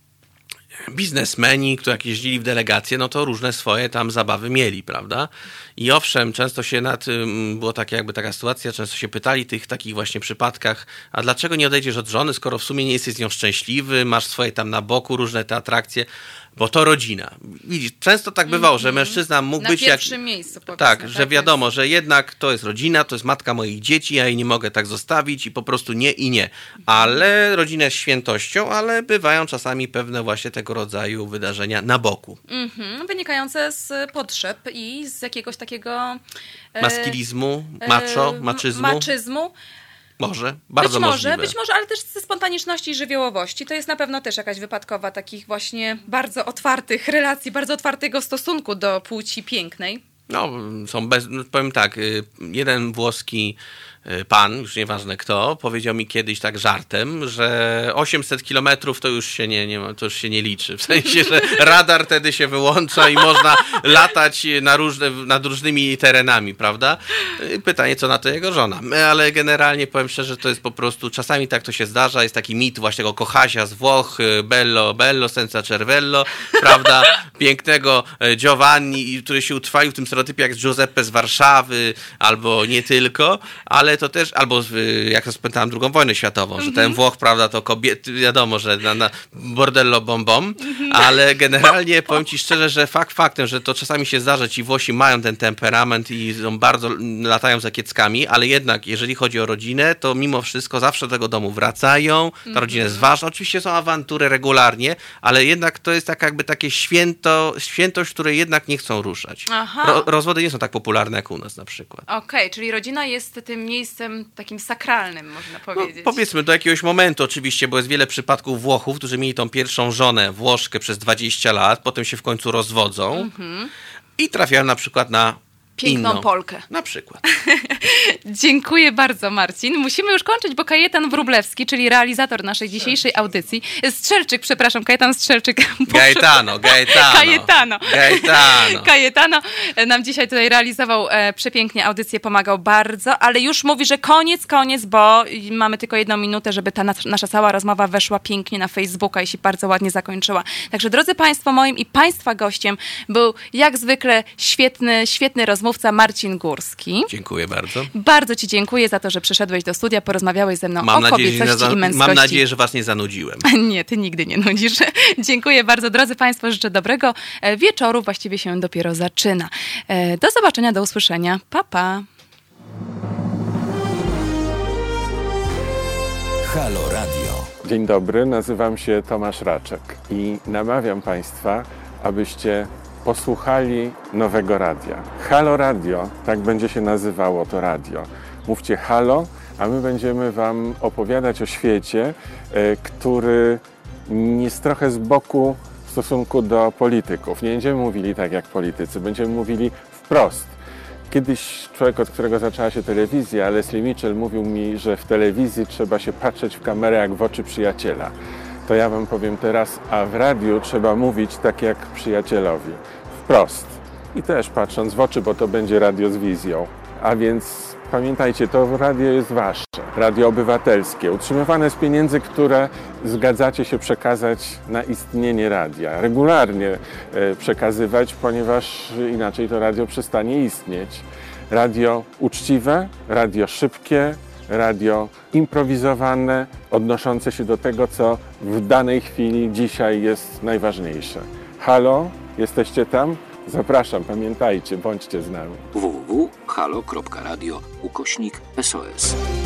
biznesmeni, którzy jak jeździli w delegacje, no to różne swoje tam zabawy mieli, prawda? I owszem, często się na tym, było taka jakby taka sytuacja, często się pytali w tych takich właśnie przypadkach, a dlaczego nie odejdziesz od żony, skoro w sumie nie jesteś z nią szczęśliwy, masz swoje tam na boku różne te atrakcje, bo to rodzina. Widzisz, często tak bywało, mm-hmm. że mężczyzna mógł na być jak... Na pierwszym miejscu. Tak, tak, że wiadomo, że jednak to jest rodzina, to jest matka moich dzieci, ja jej nie mogę tak zostawić i po prostu nie i nie. Ale rodzina jest świętością, ale bywają czasami pewne właśnie tego rodzaju wydarzenia na boku. Mm-hmm. Wynikające z potrzeb i z jakiegoś takiego... E, maskilizmu, macho, maczyzmu. Maczyzmu. Może, bardzo być możliwe. Może, być może, ale też ze spontaniczności i żywiołowości. To jest na pewno też jakaś wypadkowa takich właśnie bardzo otwartych relacji, bardzo otwartego stosunku do płci pięknej. No, są bez... No, powiem tak, jeden włoski pan, już nieważne kto, powiedział mi kiedyś tak żartem, że osiemset kilometrów to już się nie, nie, to już się nie liczy. W sensie, że radar wtedy się wyłącza i można latać na różne, nad różnymi terenami, prawda? Pytanie, co na to jego żona. Ale generalnie powiem szczerze, to jest po prostu, czasami tak to się zdarza, jest taki mit właśnie tego kochasia z Włoch, bello, bello, senza cervello, prawda? Pięknego Giovanni, który się utrwalił w tym stereotypie jak Giuseppe z Warszawy, albo nie tylko, ale to też, albo jak rozpętałem drugą wojnę światową, mm-hmm. że ten Włoch, prawda, to kobiety, wiadomo, że na, na bordello bom bom, mm-hmm. ale generalnie powiem ci szczerze, że fakt faktem, że to czasami się zdarza, ci Włosi mają ten temperament i są bardzo, latają za kieckami, ale jednak jeżeli chodzi o rodzinę, to mimo wszystko zawsze do tego domu wracają, ta mm-hmm. rodzina jest ważna, oczywiście są awantury regularnie, ale jednak to jest tak jakby takie święto, świętość, której jednak nie chcą ruszać. Ro, rozwody nie są tak popularne jak u nas na przykład. Okej, okay, czyli rodzina jest tym miejscem, miejscem takim sakralnym, można powiedzieć. No, powiedzmy, do jakiegoś momentu oczywiście, bo jest wiele przypadków Włochów, którzy mieli tą pierwszą żonę, Włoszkę, przez dwadzieścia lat, potem się w końcu rozwodzą mhm. i trafiają na przykład na piękną inną. Polkę. Na przykład. Dziękuję bardzo, Marcin. Musimy już kończyć, bo Kajetan Wróblewski, czyli realizator naszej dzisiejszej audycji, Strzelczyk, przepraszam, Kajetan Strzelczyk. Gaetano, Gaetano. Kajetano. Gaetano. Kajetano nam dzisiaj tutaj realizował e, przepięknie audycję, pomagał bardzo, ale już mówi, że koniec, koniec, bo mamy tylko jedną minutę, żeby ta nas, nasza cała rozmowa weszła pięknie na Facebooka i się bardzo ładnie zakończyła. Także drodzy Państwo, moim i Państwa gościem był jak zwykle świetny, świetny rozmówca Marcin Górski. Dziękuję bardzo. Bardzo Ci dziękuję za to, że przyszedłeś do studia, porozmawiałeś ze mną mam o nadzieję, kobiecości za, i męskości. Mam nadzieję, że Was nie zanudziłem. Nie, Ty nigdy nie nudzisz. Dziękuję bardzo, drodzy Państwo, życzę dobrego wieczoru, właściwie się dopiero zaczyna. Do zobaczenia, do usłyszenia. Pa, pa. Halo Radio. Dzień dobry, nazywam się Tomasz Raczek i namawiam Państwa, abyście posłuchali nowego radia. Halo Radio, tak będzie się nazywało to radio. Mówcie halo, a my będziemy Wam opowiadać o świecie, który jest trochę z boku w stosunku do polityków. Nie będziemy mówili tak jak politycy, będziemy mówili wprost. Kiedyś człowiek, od którego zaczęła się telewizja, Leslie Mitchell, mówił mi, że w telewizji trzeba się patrzeć w kamerę jak w oczy przyjaciela. To ja Wam powiem teraz, a w radiu trzeba mówić tak jak przyjacielowi. Wprost. I też patrząc w oczy, bo to będzie radio z wizją. A więc pamiętajcie, to radio jest Wasze. Radio obywatelskie, utrzymywane z pieniędzy, które zgadzacie się przekazać na istnienie radia. Regularnie e, przekazywać, ponieważ inaczej to radio przestanie istnieć. Radio uczciwe, radio szybkie, radio improwizowane, odnoszące się do tego, co w danej chwili dzisiaj jest najważniejsze. Halo, jesteście tam? Zapraszam, pamiętajcie, bądźcie z nami. w w w kropka halo kropka radio ukośnik S O S